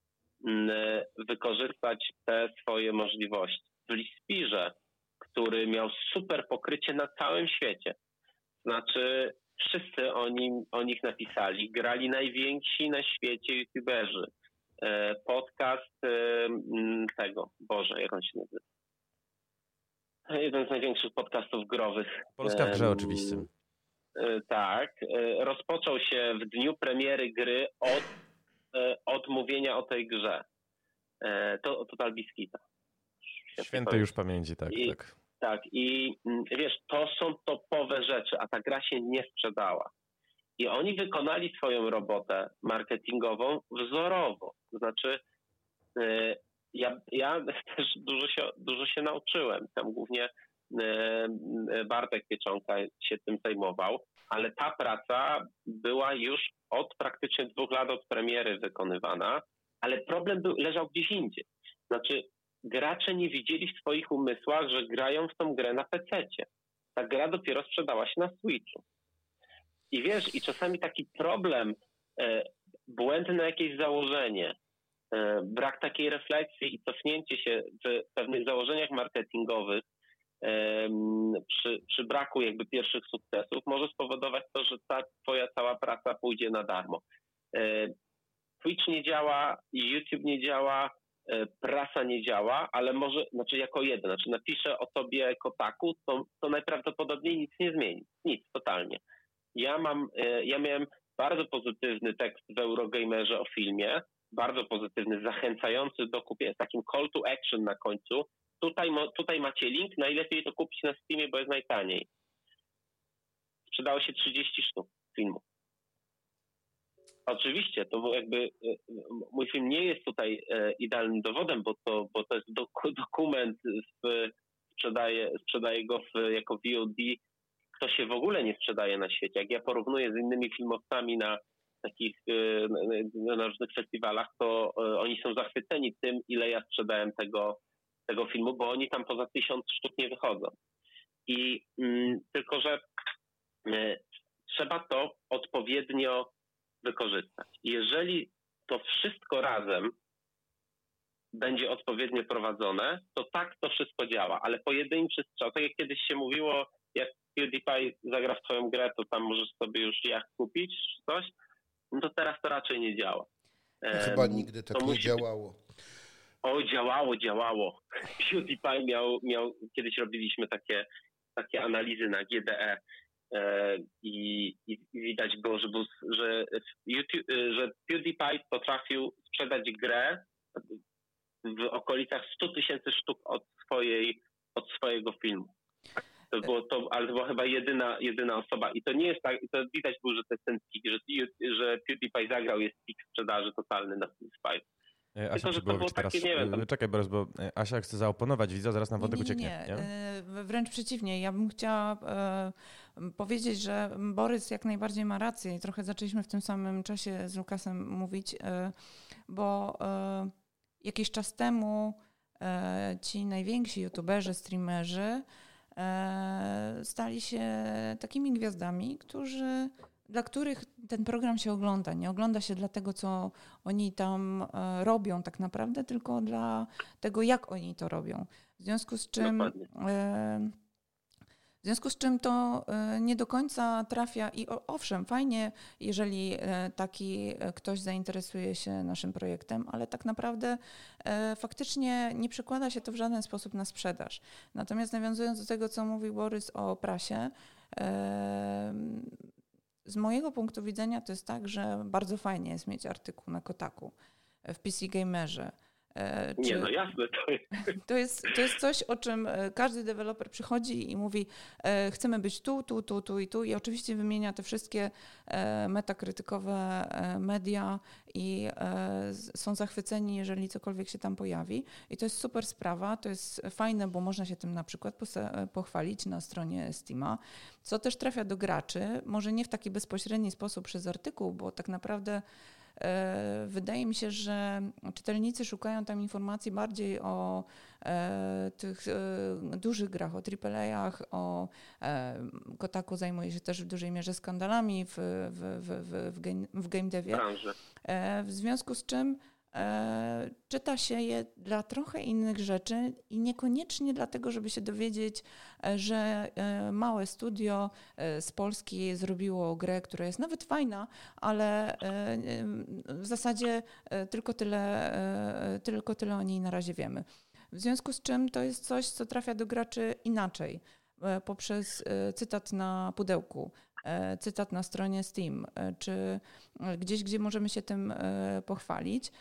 wykorzystać te swoje możliwości. W Lispirze, który miał super pokrycie na całym świecie, znaczy wszyscy o, nim, o nich napisali, grali najwięksi na świecie youtuberzy. Podcast tego, Boże, jak on się nazywa? Jeden z największych podcastów growych. Polska w grze um, oczywiście. Tak. Rozpoczął się w dniu premiery gry od, od mówienia o tej grze. To Total Biscuita. Świętej już pamięci, tak, I, tak. Tak i wiesz, to są topowe rzeczy, a ta gra się nie sprzedała. I oni wykonali swoją robotę marketingową wzorowo. To znaczy, yy, ja, ja też dużo się, dużo się nauczyłem. Tam głównie yy, Bartek Pieczonka się tym zajmował, ale ta praca była już od praktycznie dwóch lat od premiery wykonywana, ale problem był, leżał gdzieś indziej. Znaczy, gracze nie widzieli w swoich umysłach, że grają w tą grę na pececie. Ta gra dopiero sprzedała się na Switchu. I wiesz, i czasami taki problem, e, błędne jakieś założenie, e, brak takiej refleksji i cofnięcie się w pewnych założeniach marketingowych przy, przy braku jakby pierwszych sukcesów może spowodować to, że ta twoja cała praca pójdzie na darmo. Twitch nie działa, YouTube nie działa, prasa nie działa, ale może, znaczy jako jeden, znaczy napiszę o tobie Kotaku, to, to najprawdopodobniej nic nie zmieni. Nic, totalnie. Ja mam, ja miałem bardzo pozytywny tekst w Eurogamerze o filmie, bardzo pozytywny, zachęcający do kupienia, z takim call to action na końcu. Tutaj, tutaj macie link, najlepiej to kupić na Steamie, bo jest najtaniej. Sprzedało się trzydzieści sztuk filmu. Oczywiście, to jakby mój film nie jest tutaj idealnym dowodem, bo to, bo to jest dokument, w, sprzedaje, sprzedaje go w, jako V O D, to się w ogóle nie sprzedaje na świecie. Jak ja porównuję z innymi filmowcami na takich na różnych festiwalach, to oni są zachwyceni tym, ile ja sprzedałem tego, tego filmu, bo oni tam poza tysiąc sztuk nie wychodzą. I mm, tylko, że y, trzeba to odpowiednio wykorzystać. Jeżeli to wszystko razem będzie odpowiednio prowadzone, to tak to wszystko działa, ale pojedynczy strzał, tak jak kiedyś się mówiło, jak PewDiePie zagra w twoją grę, to tam możesz sobie już jacht kupić, czy coś, no to teraz to raczej nie działa. No chyba nigdy tak nie działało. O, działało, działało. PewDiePie miał, miał kiedyś robiliśmy takie, takie analizy na G D E e, i, i widać było, że, był, że, YouTube, że PewDiePie potrafił sprzedać grę w okolicach sto tysięcy sztuk od, swojej, od swojego filmu. To było to, ale to była chyba jedyna, jedyna osoba. I to nie jest tak, to widać było, że to jest ten pik, że, że PewDiePie zagrał, jest pik sprzedaży totalny na Spotify. Asia Tylko, że to było teraz, takie, nie wiem, tam... Czekaj, Borys, bo Asia chce zaoponować widza, zaraz na wątek ucieknie. Nie, nie, nie. Wręcz przeciwnie. Ja bym chciała e, powiedzieć, że Borys jak najbardziej ma rację i trochę zaczęliśmy w tym samym czasie z Lukasem mówić, e, bo e, jakiś czas temu e, ci najwięksi youtuberzy, streamerzy e, stali się takimi gwiazdami, którzy... dla których ten program się ogląda. Nie ogląda się dla tego, co oni tam e, robią tak naprawdę, tylko dla tego, jak oni to robią. W związku z czym, e, w związku z czym to e, nie do końca trafia i o, owszem, fajnie, jeżeli e, taki ktoś zainteresuje się naszym projektem, ale tak naprawdę e, faktycznie nie przekłada się to w żaden sposób na sprzedaż. Natomiast nawiązując do tego, co mówił Borys o prasie, e, z mojego punktu widzenia to jest tak, że bardzo fajnie jest mieć artykuł na Kotaku w P C Gamerze. Czy nie, no jasne. To jest. To, jest, to jest coś, o czym każdy deweloper przychodzi i mówi, chcemy być tu, tu, tu, tu i tu i oczywiście wymienia te wszystkie metakrytykowe media i są zachwyceni, jeżeli cokolwiek się tam pojawi. I to jest super sprawa, to jest fajne, bo można się tym na przykład pochwalić na stronie Steama, co też trafia do graczy, może nie w taki bezpośredni sposób przez artykuł, bo tak naprawdę wydaje mi się, że czytelnicy szukają tam informacji bardziej o e, tych e, dużych grach, o triple ach, o e, Kotaku zajmuje się też w dużej mierze skandalami w, w, w, w, game, w game devie. E, w związku z czym e, czyta się je dla trochę innych rzeczy i niekoniecznie dlatego, żeby się dowiedzieć, że e, małe studio e, z Polski zrobiło grę, która jest nawet fajna, ale e, w zasadzie e, tylko tyle, e, tylko tyle o niej na razie wiemy. W związku z czym to jest coś, co trafia do graczy inaczej, e, poprzez e, cytat na pudełku, e, cytat na stronie Steam, e, czy gdzieś, gdzie możemy się tym e, pochwalić.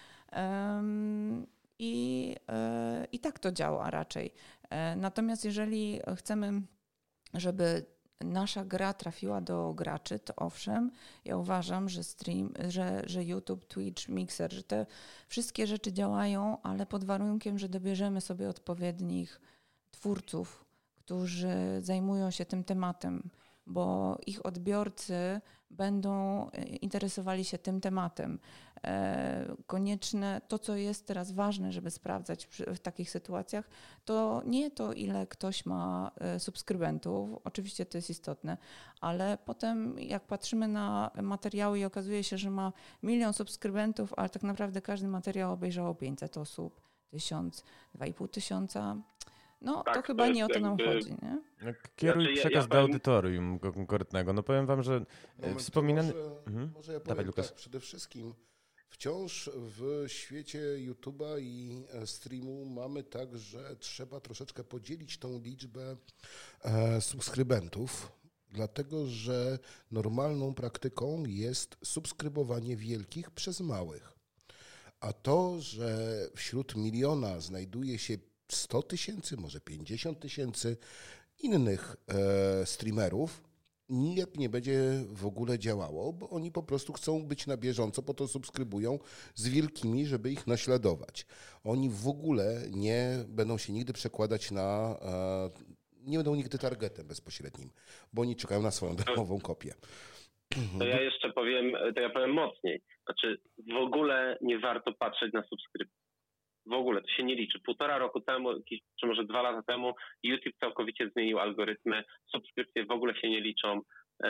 I, I tak to działa raczej. Natomiast jeżeli chcemy, żeby nasza gra trafiła do graczy, to owszem, ja uważam, że stream, że, że YouTube, Twitch, Mixer, że te wszystkie rzeczy działają, ale pod warunkiem, że dobierzemy sobie odpowiednich twórców, którzy zajmują się tym tematem, bo ich odbiorcy będą interesowali się tym tematem. Konieczne, to co jest teraz ważne, żeby sprawdzać w takich sytuacjach, to nie to, ile ktoś ma subskrybentów, oczywiście to jest istotne, ale potem jak patrzymy na materiały i okazuje się, że ma milion subskrybentów, ale tak naprawdę każdy materiał obejrzało pięćset osób, tysiąc, dwa i pół tysiąca, No tak, to chyba to nie o to nam jakby... chodzi, nie? Kieruj Znaczy, ja- przekaz ja do powiem- audytorium konkretnego. No powiem wam, że Moment, wspominany... Może, Mhm. może ja Dawaj, powiem Lukas. tak, przede wszystkim wciąż w świecie YouTube'a i e, streamu mamy tak, że trzeba troszeczkę podzielić tą liczbę e, subskrybentów, dlatego że normalną praktyką jest subskrybowanie wielkich przez małych. A to, że wśród miliona znajduje się sto tysięcy, może pięćdziesiąt tysięcy innych e, streamerów, nijak nie będzie w ogóle działało, bo oni po prostu chcą być na bieżąco, po to subskrybują z wielkimi, żeby ich naśladować. Oni w ogóle nie będą się nigdy przekładać na, e, nie będą nigdy targetem bezpośrednim, bo oni czekają na swoją darmową kopię. To ja jeszcze powiem, to ja powiem mocniej. Znaczy w ogóle nie warto patrzeć na subskrypcje. W ogóle to się nie liczy. Półtora roku temu, czy może dwa lata temu YouTube całkowicie zmienił algorytmy. Subskrypcje w ogóle się nie liczą.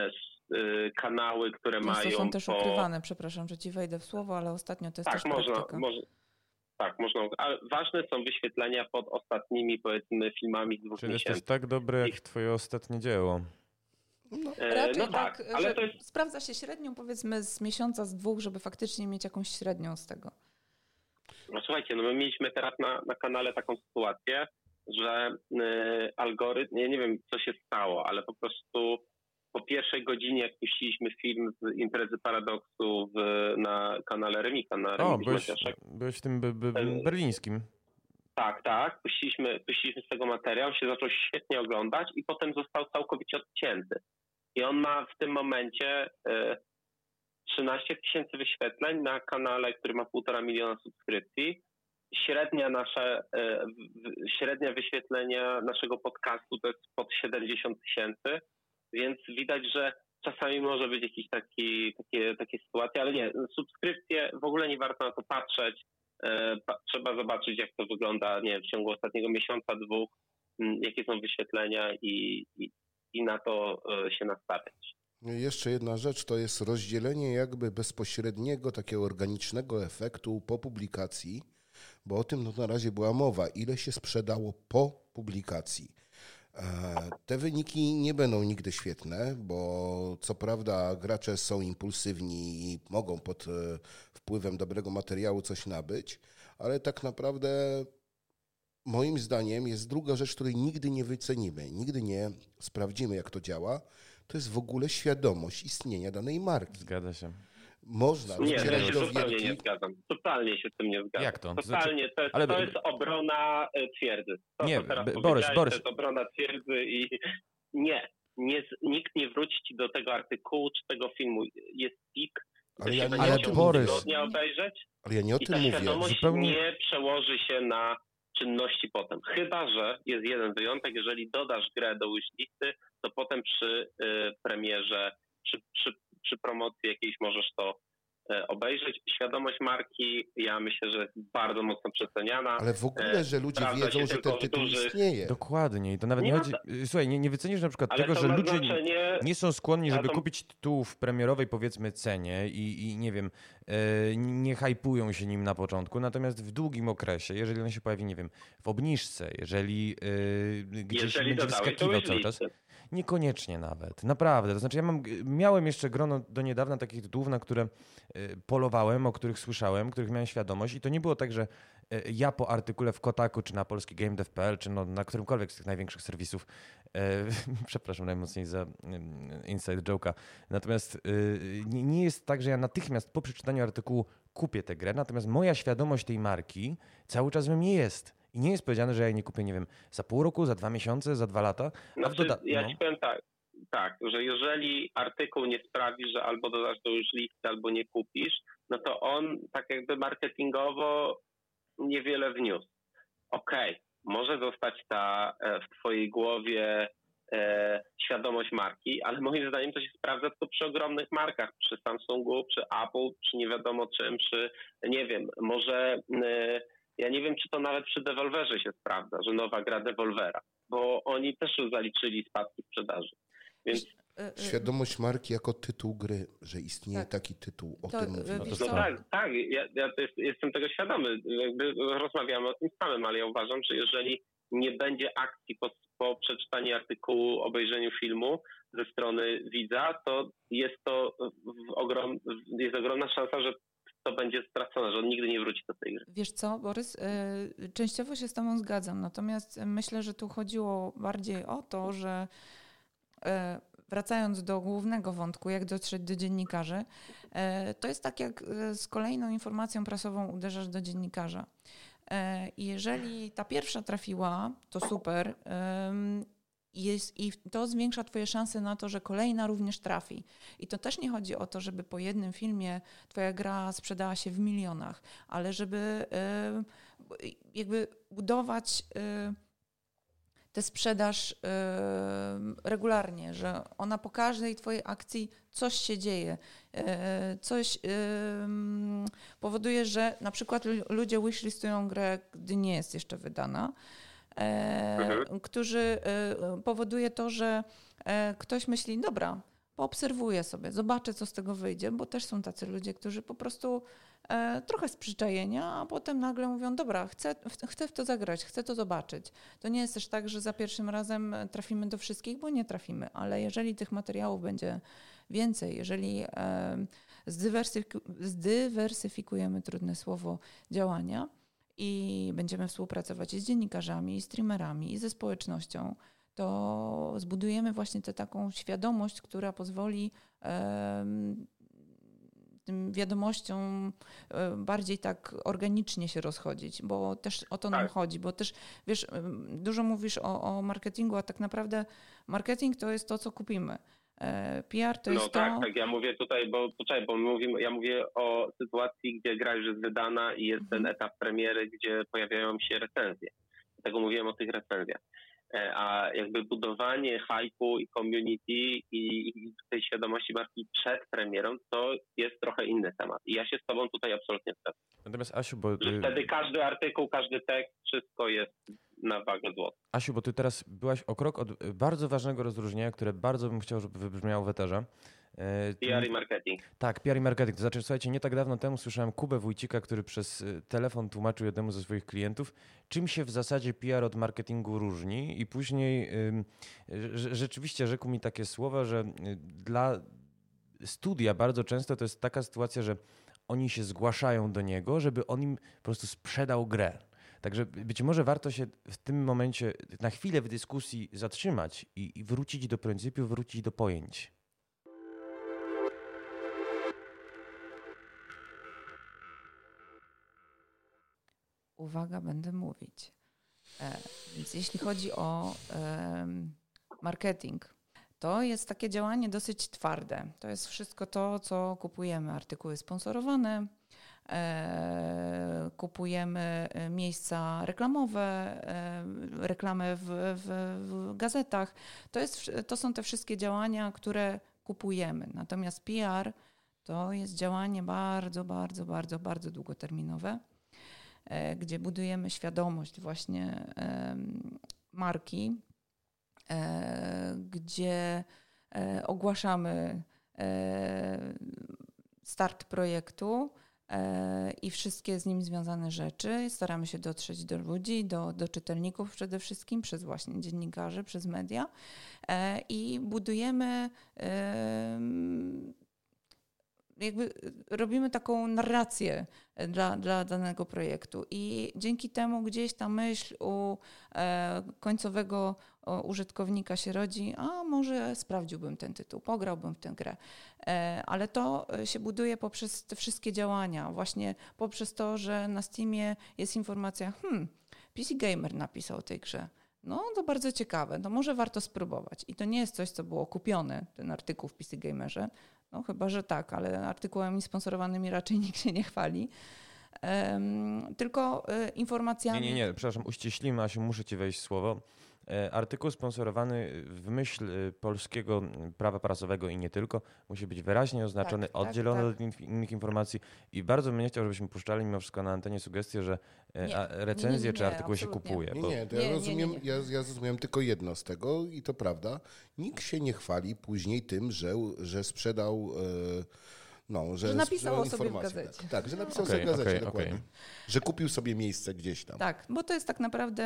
Kanały, które No, mają to są też po... ukrywane, przepraszam, że ci wejdę w słowo, ale ostatnio to jest tak, też można, praktyka. może, tak, można. Ale ważne są wyświetlenia pod ostatnimi, powiedzmy, filmami z dwóch Czyli miesięcy. jesteś tak dobry jak twoje ostatnie dzieło. No, Raczej no tak, tak, że ale to jest... sprawdza się średnią powiedzmy z miesiąca, z dwóch, żeby faktycznie mieć jakąś średnią z tego. No słuchajcie, no my mieliśmy teraz na, na kanale taką sytuację, że y, algorytm, ja nie wiem co się stało, ale po prostu po pierwszej godzinie jak puściliśmy film z imprezy Paradoksu w, na kanale Remika, na O, Remik byłeś, Maciaszek. byłeś w tym by, by, berlińskim. Tak, tak, puściliśmy, puściliśmy z tego materiał, się zaczął świetnie oglądać i potem został całkowicie odcięty. I on ma w tym momencie y, trzynaście tysięcy wyświetleń na kanale, który ma półtora miliona subskrypcji. Średnia nasza, średnia wyświetlenia naszego podcastu to jest pod siedemdziesiąt tysięcy, więc widać, że czasami może być jakieś taki, takie, takie sytuacje, ale nie, subskrypcje w ogóle nie warto na to patrzeć. Trzeba zobaczyć, jak to wygląda, nie wiem, w ciągu ostatniego miesiąca, dwóch, jakie są wyświetlenia i, i, i na to się nastawiać. Jeszcze jedna rzecz to jest rozdzielenie jakby bezpośredniego takiego organicznego efektu po publikacji, bo o tym no na razie była mowa, ile się sprzedało po publikacji. Te wyniki nie będą nigdy świetne, bo co prawda gracze są impulsywni i mogą pod wpływem dobrego materiału coś nabyć, ale tak naprawdę moim zdaniem jest druga rzecz, której nigdy nie wycenimy, nigdy nie sprawdzimy, jak to działa. To jest w ogóle świadomość istnienia danej marki. Zgadza się. Można Nie, ja rozdzielać się do zupełnie wielkich... nie zgadzam. Totalnie się z tym nie zgadzam. Jak to? Totalnie. To jest, Ale... to jest obrona twierdzy. To, nie, co teraz Borys, powiedziałeś, Borys. to jest obrona twierdzy i nie, nie. Nikt nie wróci ci do tego artykułu czy tego filmu. Jest pik. Ale ja nie ale o tym Borys. mówię. obejrzeć. Ale ja nie o I tym ta mówię. świadomość Zupełnie... nie przełoży się na czynności potem. Chyba że jest jeden wyjątek, jeżeli dodasz grę do wishlisty, to potem przy y, premierze, przy, przy, przy promocji jakiejś możesz to y, obejrzeć. Świadomość marki, ja myślę, że jest bardzo mocno przeceniana. Ale w ogóle, że ludzie Sprawdza wiedzą, się że tylko ten w tytuł dużych- istnieje. Dokładnie. I to nawet nie, Nie ma chodzi... ta- Słuchaj, nie, nie wycenisz na przykład Ale tego, to że ma ludzie znaczenie... nie są skłonni, żeby to- kupić tytuł w premierowej, powiedzmy, cenie i, i nie wiem, e, nie hypują się nim na początku, natomiast w długim okresie, jeżeli on się pojawi, nie wiem, w obniżce, jeżeli e, gdzieś Jeżeli będzie dodałeś, to wyskakiwał cały czas, wishlisty. niekoniecznie nawet, naprawdę. To znaczy ja mam, miałem jeszcze grono do niedawna takich tytułów, na które e, polowałem, o których słyszałem, których miałem świadomość i to nie było tak, że e, ja po artykule w Kotaku, czy na polski GameDev kropka p l, czy no, na którymkolwiek z tych największych serwisów, e, przepraszam najmocniej za e, inside joke'a, natomiast e, nie, nie jest tak, że ja natychmiast po przeczytaniu artykułu kupię tę grę, natomiast moja świadomość tej marki cały czas we mnie jest. I nie jest powiedziane, że ja jej nie kupię, nie wiem, za pół roku, za dwa miesiące, za dwa lata. A Znaczy, w doda- ja no. ci powiem tak, tak, że jeżeli artykuł nie sprawi, że albo dodasz do już listy, albo nie kupisz, no to on tak jakby marketingowo niewiele wniósł. Okej, okay, może zostać ta e, w twojej głowie e, świadomość marki, ale moim zdaniem to się sprawdza tylko przy ogromnych markach, przy Samsungu, przy Apple, przy nie wiadomo czym, przy nie wiem, może e, ja nie wiem, czy to nawet przy Devolverze się sprawdza, że nowa gra Devolvera, bo oni też już zaliczyli spadki sprzedaży. Więc Świadomość marki jako tytuł gry, że istnieje Tak. taki tytuł, o To, tym y, mówimy. wiesz no co? tak, tak, ja, ja to jest, jestem tego świadomy. Jakby rozmawiamy o tym samym, ale ja uważam, że jeżeli nie będzie akcji po, po przeczytaniu artykułu, obejrzeniu filmu ze strony widza, to jest to w ogrom, jest ogromna szansa, że to będzie stracone, że on nigdy nie wróci do tej gry. Wiesz co, Borys, częściowo się z tobą zgadzam, natomiast myślę, że tu chodziło bardziej o to, że wracając do głównego wątku, jak dotrzeć do dziennikarzy, to jest tak jak z kolejną informacją prasową uderzasz do dziennikarza. I jeżeli ta pierwsza trafiła, to super. Jest, i to zwiększa twoje szanse na to, że kolejna również trafi. I to też nie chodzi o to, żeby po jednym filmie twoja gra sprzedała się w milionach, ale żeby jakby budować tę sprzedaż regularnie, że ona po każdej twojej akcji coś się dzieje. Coś powoduje, że na przykład ludzie wishlistują grę, gdy nie jest jeszcze wydana, mhm. którzy powoduje to, że ktoś myśli, dobra, poobserwuję sobie, zobaczę, co z tego wyjdzie, bo też są tacy ludzie, którzy po prostu trochę z przyczajenia, a potem nagle mówią, dobra, chcę, chcę w to zagrać, chcę to zobaczyć. To nie jest też tak, że za pierwszym razem trafimy do wszystkich, bo nie trafimy, ale jeżeli tych materiałów będzie więcej, jeżeli zdywersyfiku- zdywersyfikujemy, trudne słowo, działania i będziemy współpracować i z dziennikarzami, i streamerami, i ze społecznością, to zbudujemy właśnie tę taką świadomość, która pozwoli um, tym wiadomościom bardziej tak organicznie się rozchodzić, bo też o to nam tak. chodzi, bo też wiesz, dużo mówisz o, o marketingu, a tak naprawdę marketing to jest to, co kupimy. P R to no jest tak, to... tak, ja mówię tutaj, bo poczekaj, bo mówimy, ja mówię o sytuacji, gdzie gra już jest wydana i jest ten etap premiery, gdzie pojawiają się recenzje. Dlatego mówiłem o tych recenzjach. A jakby budowanie hype'u i community i, i tej świadomości marki przed premierą to jest trochę inny temat. I ja się z tobą tutaj absolutnie zgadzam. Natomiast Asiu, bo... Że wtedy każdy artykuł, każdy tekst, wszystko jest na wagę złota. Asiu, bo ty teraz byłaś o krok od bardzo ważnego rozróżnienia, które bardzo bym chciał, żeby wybrzmiało w eterze. P R i marketing. Tak, P R i marketing. To znaczy, słuchajcie, nie tak dawno temu słyszałem Kubę Wójcika, który przez telefon tłumaczył jednemu ze swoich klientów, czym się w zasadzie P R od marketingu różni i później y, rzeczywiście rzekł mi takie słowa, że dla studia bardzo często to jest taka sytuacja, że oni się zgłaszają do niego, żeby on im po prostu sprzedał grę. Także być może warto się w tym momencie na chwilę w dyskusji zatrzymać i, i wrócić do pryncypiu, wrócić do pojęć. Uwaga, będę mówić. E, więc jeśli chodzi o e, marketing, to jest takie działanie dosyć twarde. To jest wszystko to, co kupujemy. Artykuły sponsorowane, e, kupujemy miejsca reklamowe, e, reklamy w, w, w gazetach. To, jest, to są te wszystkie działania, które kupujemy. Natomiast P R to jest działanie bardzo, bardzo, bardzo, bardzo długoterminowe, gdzie budujemy świadomość właśnie marki, gdzie ogłaszamy start projektu i wszystkie z nim związane rzeczy. Staramy się dotrzeć do ludzi, do, do czytelników przede wszystkim, przez właśnie dziennikarzy, przez media i budujemy jakby robimy taką narrację dla, dla danego projektu i dzięki temu gdzieś ta myśl u e, końcowego o, użytkownika się rodzi, a może sprawdziłbym ten tytuł, pograłbym w tę grę. E, ale to się buduje poprzez te wszystkie działania, właśnie poprzez to, że na Steamie jest informacja, hmm, P C Gamer napisał o tej grze. No to bardzo ciekawe, to może warto spróbować. I to nie jest coś, co było kupione, ten artykuł w P C Gamerze, no chyba, że tak, ale artykułami sponsorowanymi raczej nikt się nie chwali. Um, tylko y, informacjami... Nie, nie, nie, przepraszam, uściślimy, Asiu, muszę ci wejść w słowo. Artykuł sponsorowany w myśl polskiego prawa prasowego i nie tylko musi być wyraźnie oznaczony, tak, oddzielony tak, tak. od innych informacji i bardzo bym nie chciał, żebyśmy puszczali mimo wszystko na antenie sugestię, że nie, recenzje nie, nie, nie, czy artykuły się kupuje. Nie, nie, to ja rozumiem, ja, ja zrozumiem tylko jedno z tego i to prawda. Nikt się nie chwali później tym, że, że sprzedał... Yy, No, że, że napisał że o sobie w informacje, gazecie. Tak, tak, że napisał Okay, sobie w gazecie, okay, dokładnie. okay. Że kupił sobie miejsce gdzieś tam. Tak, bo to jest tak naprawdę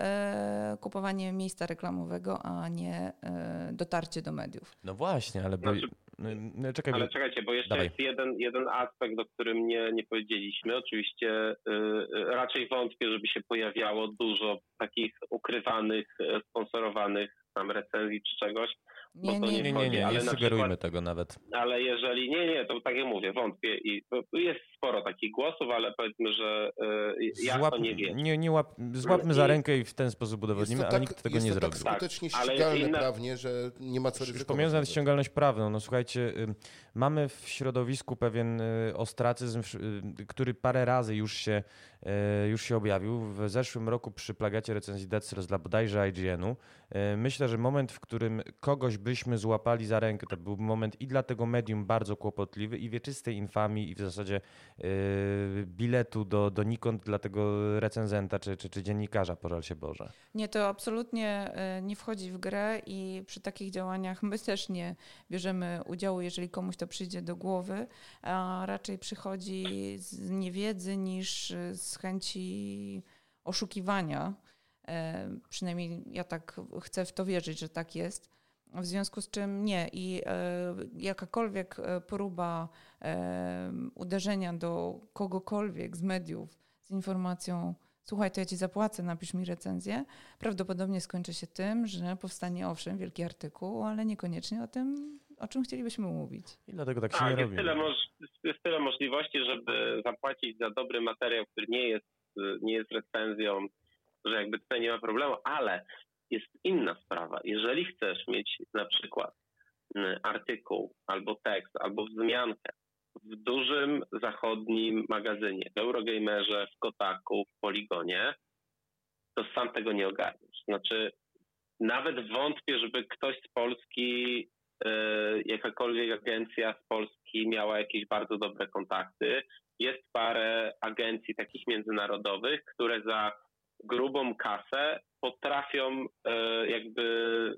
e, kupowanie miejsca reklamowego, a nie e, dotarcie do mediów. No właśnie, ale... Bo... Znaczy, no, czekaj, ale bo... czekajcie, bo jeszcze Dawaj. jest jeden, jeden aspekt, o którym nie, nie powiedzieliśmy. Oczywiście y, raczej wątpię, żeby się pojawiało dużo takich ukrywanych, sponsorowanych tam recenzji czy czegoś. Nie, to nie, Nie, nie, nie, wchodzi, nie, ale nie na sugerujmy przykład- tego nawet. Ale jeżeli, nie, nie, to tak jak mówię, wątpię i to jest sporo takich głosów, ale powiedzmy, że y, ja Złap, to nie wiem. nie, nie łap, złapmy za rękę i w ten sposób udowodnimy, Jest to ale tak, nikt tego jest nie to zrobi. tak skutecznie Tak, ale jest ścigalne inna- prawnie, że nie ma co Już ryzykować. pomijając nawet nawet. ściągalność prawną, no słuchajcie, ym, mamy w środowisku pewien y, ostracyzm, y, który parę razy już się, y, już się objawił. W zeszłym roku przy plagacie recenzji Dead Cells dla bodajże I G N-u. Y, Myślę, że moment, w którym kogoś byśmy złapali za rękę, to był moment i dla tego medium bardzo kłopotliwy i wieczystej infamii i w zasadzie y, biletu do, donikąd dla tego recenzenta czy, czy, czy dziennikarza, pożal się Boże. Nie, to absolutnie e, nie wchodzi w grę i przy takich działaniach my też nie bierzemy udziału, jeżeli komuś to przyjdzie do głowy, a raczej przychodzi z niewiedzy niż z chęci oszukiwania. E, Przynajmniej ja tak chcę w to wierzyć, że tak jest. W związku z czym nie i e, jakakolwiek e, próba e, uderzenia do kogokolwiek z mediów z informacją słuchaj, to ja ci zapłacę, napisz mi recenzję, prawdopodobnie skończy się tym, że powstanie owszem wielki artykuł, ale niekoniecznie o tym, o czym chcielibyśmy mówić. I dlatego tak się Tak, nie jest robi. tyle, moż- jest tyle możliwości, żeby zapłacić za dobry materiał, który nie jest, nie jest recenzją, że jakby tutaj nie ma problemu, ale jest inna sprawa. Jeżeli chcesz mieć na przykład mm, artykuł albo tekst, albo wzmiankę w dużym zachodnim magazynie, w Eurogamerze, w Kotaku, w Poligonie, to sam tego nie ogarniesz. Znaczy nawet wątpię, żeby ktoś z Polski, yy, jakakolwiek agencja z Polski miała jakieś bardzo dobre kontakty. Jest parę agencji takich międzynarodowych, które za grubą kasę potrafią yy, jakby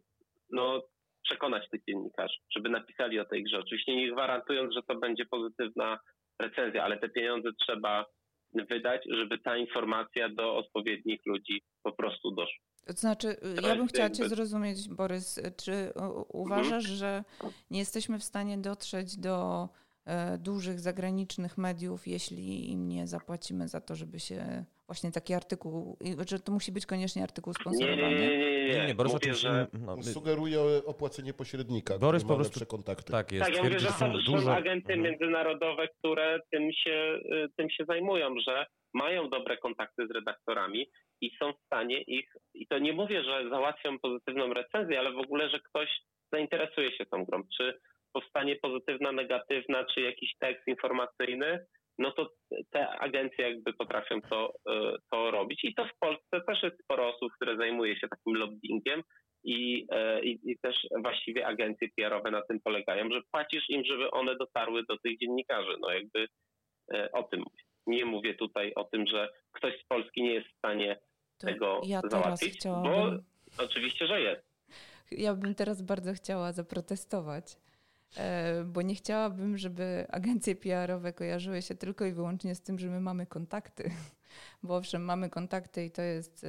no, przekonać tych dziennikarzy, żeby napisali o tej grze. Oczywiście nie gwarantując, że to będzie pozytywna recenzja, ale te pieniądze trzeba wydać, żeby ta informacja do odpowiednich ludzi po prostu doszła. To znaczy, To ja bym jest chciała jakby- cię zrozumieć, Borys, czy u- uważasz, że nie jesteśmy w stanie dotrzeć do e, dużych zagranicznych mediów, jeśli im nie zapłacimy za to, żeby się właśnie taki artykuł, i- że to musi być koniecznie artykuł Nie, sponsorowany? nie, nie, nie, nie. Nie, nie, Borys Mówię, oczywiście... że... No, Sugeruje opłacenie pośrednika, Borys który po ma prostu- lepsze kontakty. tak jest. Tak, ja mówię, Twierdzi, że są są, dużo... są agencje Mhm. międzynarodowe, które tym się, y, tym się zajmują, że mają dobre kontakty z redaktorami i są w stanie ich, i to nie mówię, że załatwią pozytywną recenzję, ale w ogóle, że ktoś zainteresuje się tą grą. Czy powstanie pozytywna, negatywna, czy jakiś tekst informacyjny, no to te agencje jakby potrafią to, y, to robić. I to w Polsce też jest sporo osób, które zajmuje się takim lobbyingiem. I, e, i, I też właściwie agencje P R-owe na tym polegają, że płacisz im, żeby one dotarły do tych dziennikarzy. No jakby e, o tym mówię. Nie mówię tutaj o tym, że ktoś z Polski nie jest w stanie To tego ja teraz załatwić, bo chciałabym, oczywiście, że jest. ja bym teraz bardzo chciała zaprotestować, e, bo nie chciałabym, żeby agencje P R-owe kojarzyły się tylko i wyłącznie z tym, że my mamy kontakty. Bo owszem, mamy kontakty i to jest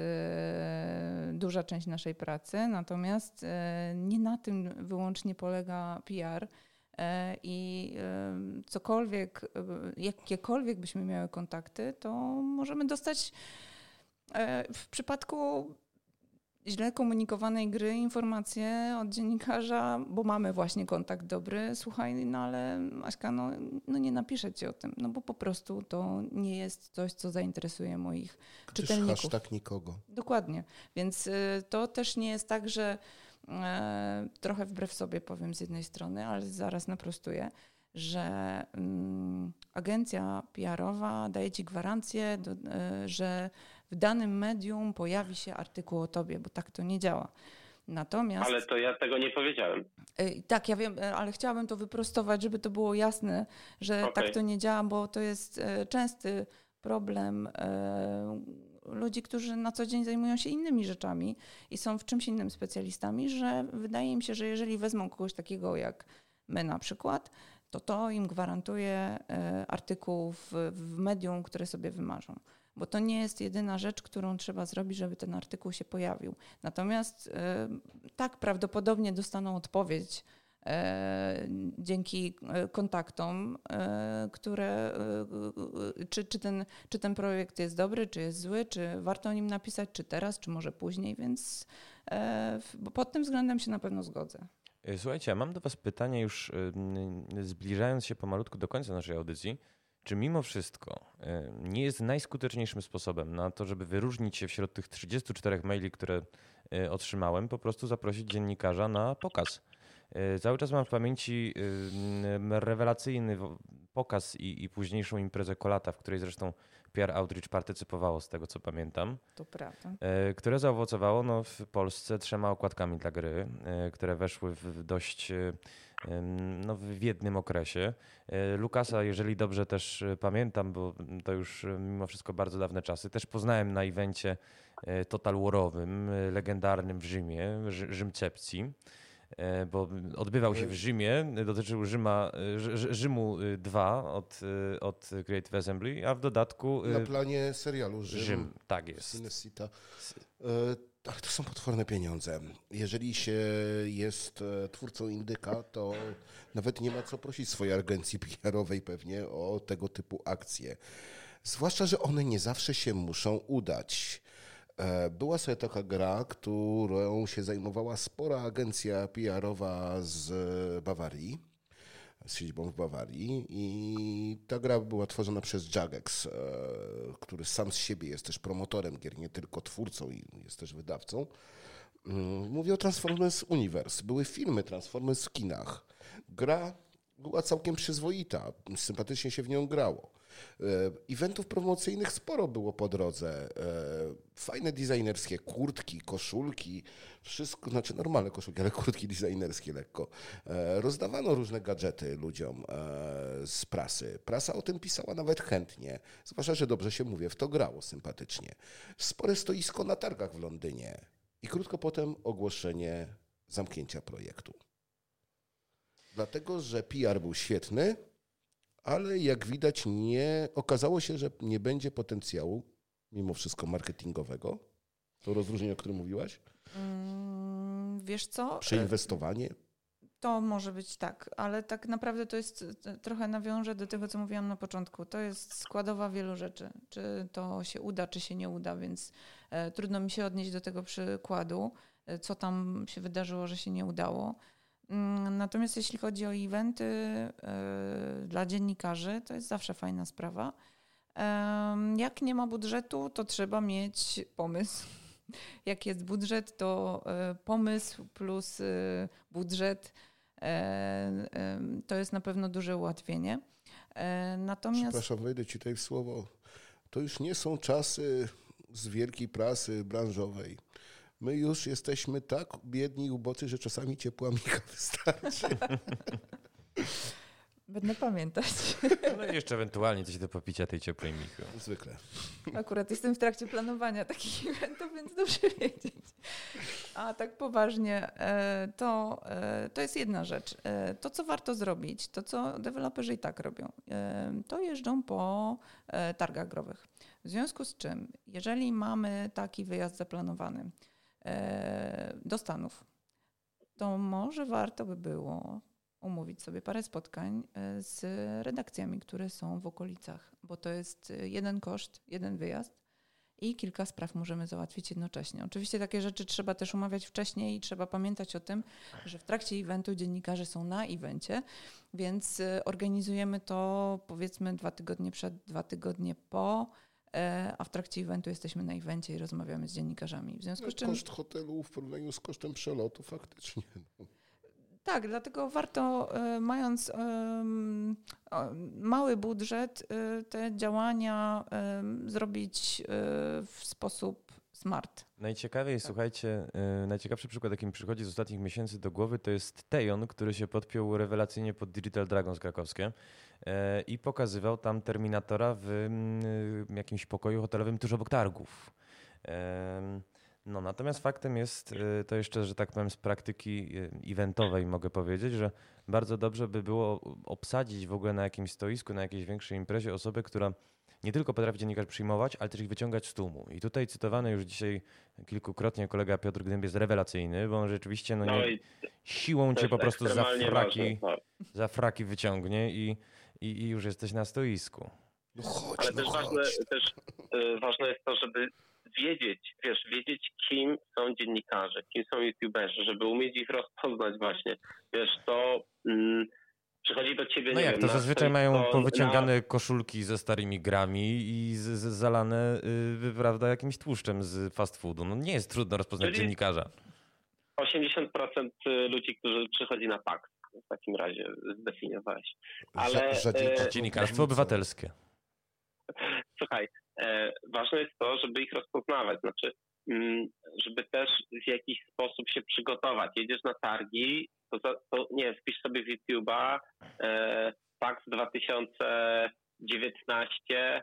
e, duża część naszej pracy, natomiast e, nie na tym wyłącznie polega P R. E, I e, cokolwiek, e, jakiekolwiek byśmy miały kontakty, to możemy dostać e, w przypadku źle komunikowanej gry informacje od dziennikarza, bo mamy właśnie kontakt dobry. Słuchaj, no ale Aśka, no, no nie napiszę ci o tym, no bo po prostu to nie jest coś, co zainteresuje moich Gdyż czytelników. hashtag nikogo. Dokładnie. Więc y, to też nie jest tak, że e, trochę wbrew sobie powiem z jednej strony, ale zaraz naprostuję, że mm, agencja P R-owa daje ci gwarancję, do, e, że w danym medium pojawi się artykuł o tobie, bo tak to nie działa. Natomiast... Ale to ja tego nie powiedziałem. E, Tak, ja wiem, e, ale chciałabym to wyprostować, żeby to było jasne, że Okej. tak to nie działa, bo to jest e, częsty problem e, ludzi, którzy na co dzień zajmują się innymi rzeczami i są w czymś innym specjalistami, że wydaje mi się, że jeżeli wezmą kogoś takiego jak my na przykład, to to im gwarantuje artykuł w, w medium, które sobie wymarzą. Bo to nie jest jedyna rzecz, którą trzeba zrobić, żeby ten artykuł się pojawił. Natomiast tak prawdopodobnie dostaną odpowiedź dzięki kontaktom, które, czy, czy, ten, czy ten projekt jest dobry, czy jest zły, czy warto o nim napisać, czy teraz, czy może później, więc bo pod tym względem się na pewno zgodzę. Słuchajcie, ja mam do was pytanie już zbliżając się pomalutku do końca naszej audycji. Czy mimo wszystko nie jest najskuteczniejszym sposobem na to, żeby wyróżnić się wśród tych trzydziestu czterech maili, które otrzymałem, po prostu zaprosić dziennikarza na pokaz? Cały czas mam w pamięci rewelacyjny pokaz i, i późniejszą imprezę Kolata, w której zresztą P R Outreach partycypowało, z tego co pamiętam. To prawda. Które zaowocowało no, w Polsce trzema okładkami dla gry, które weszły w dość no, w jednym okresie. Lukasa, jeżeli dobrze też pamiętam, bo to już mimo wszystko bardzo dawne czasy, też poznałem na evencie Total Warowym, legendarnym w Rzymie, Rzymcepcji, bo odbywał się w Rzymie, dotyczył Rzyma, Rzymu dwa od, od Creative Assembly, a w dodatku... Na planie serialu Rzym. Rzym, tak jest. Cinecita. Ale to są potworne pieniądze. Jeżeli się jest twórcą indyka, to nawet nie ma co prosić swojej agencji P R owej pewnie o tego typu akcje. Zwłaszcza, że one nie zawsze się muszą udać. Była sobie taka gra, którą się zajmowała spora agencja P R owa z Bawarii, z siedzibą w Bawarii i ta gra była tworzona przez Jagex, który sam z siebie jest też promotorem gier, nie tylko twórcą i jest też wydawcą. Mówię o Transformers Universe. Były filmy Transformers w kinach. Gra była całkiem przyzwoita, sympatycznie się w nią grało. Eventów promocyjnych sporo było po drodze. Fajne designerskie kurtki, koszulki, wszystko, znaczy normalne koszulki, ale kurtki designerskie lekko. Rozdawano różne gadżety ludziom z prasy. Prasa o tym pisała nawet chętnie, zwłaszcza, że dobrze się mówię, w to grało sympatycznie. Spore stoisko na targach w Londynie i krótko potem ogłoszenie zamknięcia projektu. Dlatego, że P R był świetny, ale jak widać nie okazało się, że nie będzie potencjału, mimo wszystko marketingowego. To rozróżnienie, o którym mówiłaś? Mm, wiesz co? Przeinwestowanie? To może być tak, ale tak naprawdę to jest, trochę nawiążę do tego, co mówiłam na początku. To jest składowa wielu rzeczy. Czy to się uda, czy się nie uda, więc e, trudno mi się odnieść do tego przykładu, e, co tam się wydarzyło, że się nie udało. Natomiast jeśli chodzi o eventy y, dla dziennikarzy, to jest zawsze fajna sprawa. Y, jak nie ma budżetu, to trzeba mieć pomysł. Jak jest budżet, to y, pomysł plus y, budżet y, y, to jest na pewno duże ułatwienie. Y, natomiast... Przepraszam, wejdę ci tutaj w słowo. To już nie są czasy z wielkiej prasy branżowej. My już jesteśmy tak biedni i ubocy, że czasami ciepła micha wystarczy. Będę pamiętać. No i jeszcze ewentualnie coś do popicia tej ciepłej michy. Zwykle. Akurat jestem w trakcie planowania takich eventów, więc dobrze wiedzieć. A tak poważnie, to, to jest jedna rzecz. To, co warto zrobić, to, co deweloperzy i tak robią, to jeżdżą po targach growych. W związku z czym, jeżeli mamy taki wyjazd zaplanowany do Stanów, to może warto by było umówić sobie parę spotkań z redakcjami, które są w okolicach, bo to jest jeden koszt, jeden wyjazd i kilka spraw możemy załatwić jednocześnie. Oczywiście takie rzeczy trzeba też umawiać wcześniej i trzeba pamiętać o tym, że w trakcie eventu dziennikarze są na evencie, więc organizujemy to powiedzmy dwa tygodnie przed, dwa tygodnie po, a w trakcie eventu jesteśmy na evencie i rozmawiamy z dziennikarzami. W związku no, z czym... Koszt hotelu w porównaniu z kosztem przelotu faktycznie. Tak, dlatego warto, mając mały budżet, te działania zrobić w sposób smart. Najciekawiej, tak. Słuchajcie, najciekawszy przykład, jaki mi przychodzi z ostatnich miesięcy do głowy, to jest Tejon, który się podpiął rewelacyjnie pod Digital Dragons krakowskie i pokazywał tam Terminatora w jakimś pokoju hotelowym tuż obok targów. No natomiast faktem jest to jeszcze, że tak powiem z praktyki eventowej mogę powiedzieć, że bardzo dobrze by było obsadzić w ogóle na jakimś stoisku, na jakiejś większej imprezie osobę, która nie tylko potrafi dziennikarzy przyjmować, ale też ich wyciągać z tłumu. I tutaj cytowany już dzisiaj kilkukrotnie kolega Piotr Gdymb jest rewelacyjny, bo on rzeczywiście no nie, no siłą cię po prostu za fraki, ważne, za fraki wyciągnie i, i, i już jesteś na stoisku. No chodź, ale no też, chodź. Ważne, też y, ważne jest to, żeby wiedzieć, wiesz, wiedzieć kim są dziennikarze, kim są youtuberzy, żeby umieć ich rozpoznać właśnie. Wiesz, to mm, przychodzi do ciebie, no nie jak, wiem, to na zazwyczaj mają na... powyciągane koszulki ze starymi grami i z, z, zalane yy, prawda, jakimś tłuszczem z fast foodu. No nie jest trudno rozpoznać Czyli dziennikarza. osiemdziesiąt procent ludzi, którzy przychodzi na PAX, w takim razie zdefiniowałeś. Ale Że, że e, dziennikarstwo obywatelskie. Słuchaj, e, ważne jest to, żeby ich rozpoznawać, znaczy, mm, żeby też w jakiś sposób się przygotować. Jedziesz na targi, to, za, to nie wpisz sobie w YouTube'a e, PAX dwa tysiące dziewiętnaście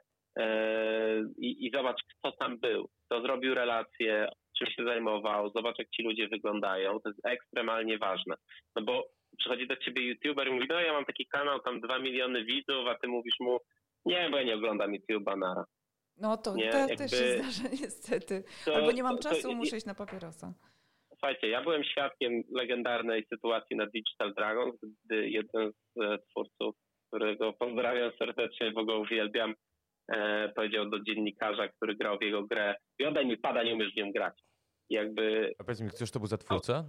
e, i, i zobacz, kto tam był, kto zrobił relacje, czym się zajmował, zobacz, jak ci ludzie wyglądają. To jest ekstremalnie ważne. No bo przychodzi do ciebie YouTuber i mówi, no ja mam taki kanał, tam dwa miliony widzów, a ty mówisz mu, nie, bo ja nie oglądam YouTube'a, nara. No to, nie, to jakby, też się zdarza niestety. to, Albo nie mam to, czasu, to, muszę iść na papierosa. Słuchajcie, ja byłem świadkiem legendarnej sytuacji na Digital Dragons, gdy jeden z e, twórców, którego pozdrawiam serdecznie, bo go uwielbiam, e, powiedział do dziennikarza, który grał w jego grę, i oddaj mi pada, nie umiesz w nią grać. Jakby... A powiedz mi, ktoś to był za twórca?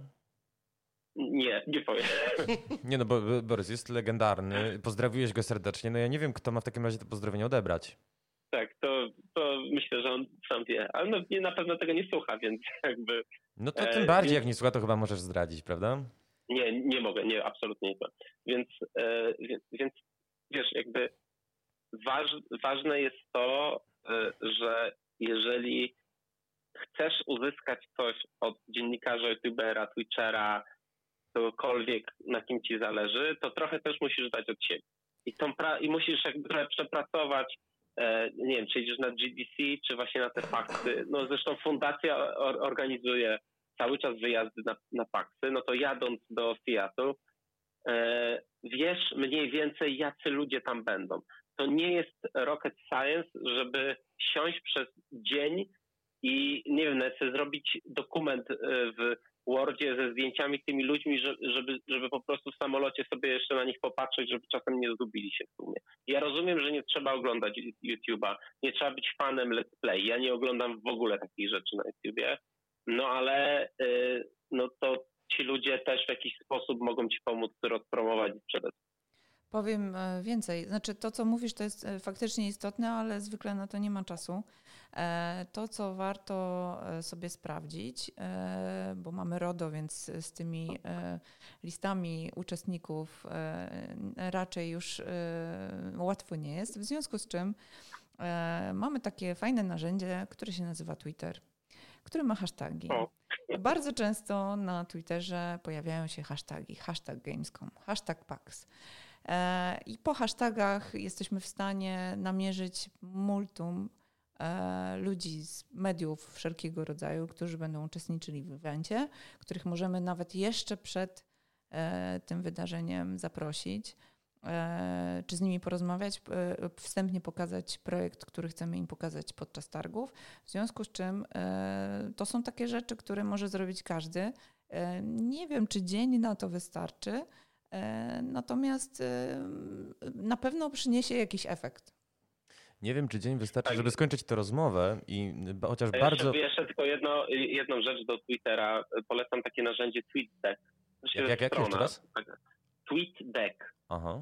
Nie, nie powiem. Nie no, bo Borys jest legendarny, pozdrawiłeś go serdecznie, no ja nie wiem, kto ma w takim razie to pozdrowienie odebrać. Tak, to, to myślę, że on sam wie, ale no, nie, na pewno tego nie słucha, więc jakby... No to tym bardziej, jak nie słucha, to chyba możesz zdradzić, prawda? Nie, nie mogę, nie, absolutnie nie. Więc, e, więc, więc wiesz, jakby waż, ważne jest to, e, że jeżeli chcesz uzyskać coś od dziennikarza, youtubera, twitchera, kogokolwiek, na kim ci zależy, to trochę też musisz dać od siebie. I, tą pra- i musisz jakby trochę przepracować, e, nie wiem, czy idziesz na G D C, czy właśnie na te paksy. No zresztą fundacja or- organizuje cały czas wyjazdy na, na paksy, no to jadąc do Seattle, e, wiesz mniej więcej, jacy ludzie tam będą. To nie jest rocket science, żeby siąść przez dzień i nie wiem, sobie zrobić dokument w Wordzie ze zdjęciami tymi ludźmi, żeby, żeby po prostu w samolocie sobie jeszcze na nich popatrzeć, żeby czasem nie zgubili się w tłumie. Ja rozumiem, że nie trzeba oglądać YouTube'a, nie trzeba być fanem let's play. Ja nie oglądam w ogóle takich rzeczy na YouTubie, no ale no to ci ludzie też w jakiś sposób mogą ci pomóc rozpromować i sprzedać. Powiem więcej. Znaczy to, co mówisz, to jest faktycznie istotne, ale zwykle na to nie ma czasu. To, co warto sobie sprawdzić, bo mamy RODO, więc z tymi listami uczestników raczej już łatwo nie jest. W związku z czym mamy takie fajne narzędzie, które się nazywa Twitter, który ma hasztagi. Bardzo często na Twitterze pojawiają się hasztagi. Hashtag Gamescom, hashtag PAX. I po hashtagach jesteśmy w stanie namierzyć multum ludzi z mediów wszelkiego rodzaju, którzy będą uczestniczyli w evencie, których możemy nawet jeszcze przed tym wydarzeniem zaprosić, czy z nimi porozmawiać, wstępnie pokazać projekt, który chcemy im pokazać podczas targów. W związku z czym to są takie rzeczy, które może zrobić każdy. Nie wiem, czy dzień na to wystarczy, natomiast na pewno przyniesie jakiś efekt. Nie wiem, czy dzień wystarczy, żeby skończyć tę rozmowę i chociaż ja bardzo... Jeszcze, jeszcze tylko jedno, jedną rzecz do Twittera. Polecam takie narzędzie TweetDeck. Jak, jak, jak jeszcze raz? TweetDeck. Aha.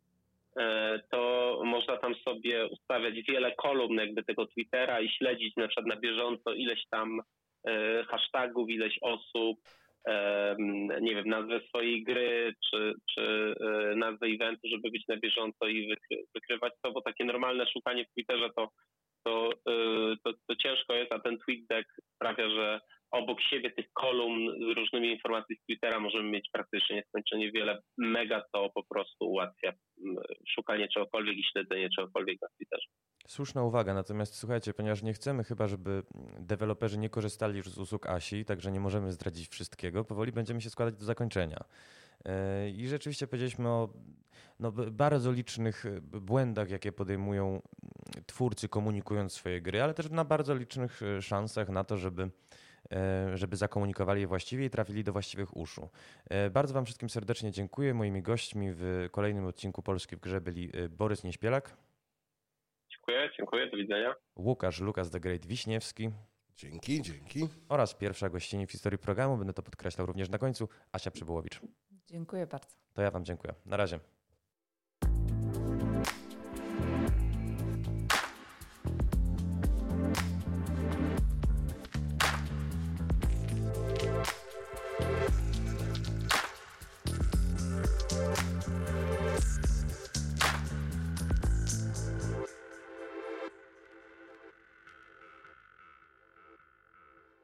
To można tam sobie ustawiać wiele kolumn jakby tego Twittera i śledzić na przykład na bieżąco ileś tam hashtagów, ileś osób, nie wiem, nazwę swojej gry, czy, czy nazwę eventu, żeby być na bieżąco i wykry, wykrywać to, bo takie normalne szukanie w Twitterze to, to, to, to ciężko jest, a ten TweetDeck sprawia, że obok siebie tych kolumn z różnymi informacjami z Twittera możemy mieć praktycznie nieskończenie wiele. Mega to po prostu ułatwia szukanie czegokolwiek i śledzenie czegokolwiek na Twitterze. Słuszna uwaga, natomiast słuchajcie, ponieważ nie chcemy chyba, żeby deweloperzy nie korzystali już z usług A S I, także nie możemy zdradzić wszystkiego, powoli będziemy się składać do zakończenia. I rzeczywiście powiedzieliśmy o no, bardzo licznych błędach, jakie podejmują twórcy komunikując swoje gry, ale też na bardzo licznych szansach na to, żeby, żeby zakomunikowali je właściwie i trafili do właściwych uszu. Bardzo wam wszystkim serdecznie dziękuję. Moimi gośćmi w kolejnym odcinku Polski w grze byli Borys Nieśpielak. Dziękuję, dziękuję, do widzenia. Łukasz Lukas the Great Wiśniewski. Dzięki, dzięki. Oraz pierwsza gościni w historii programu, będę to podkreślał również na końcu, Asia Przybyłowicz. Dziękuję bardzo. To ja wam dziękuję. Na razie.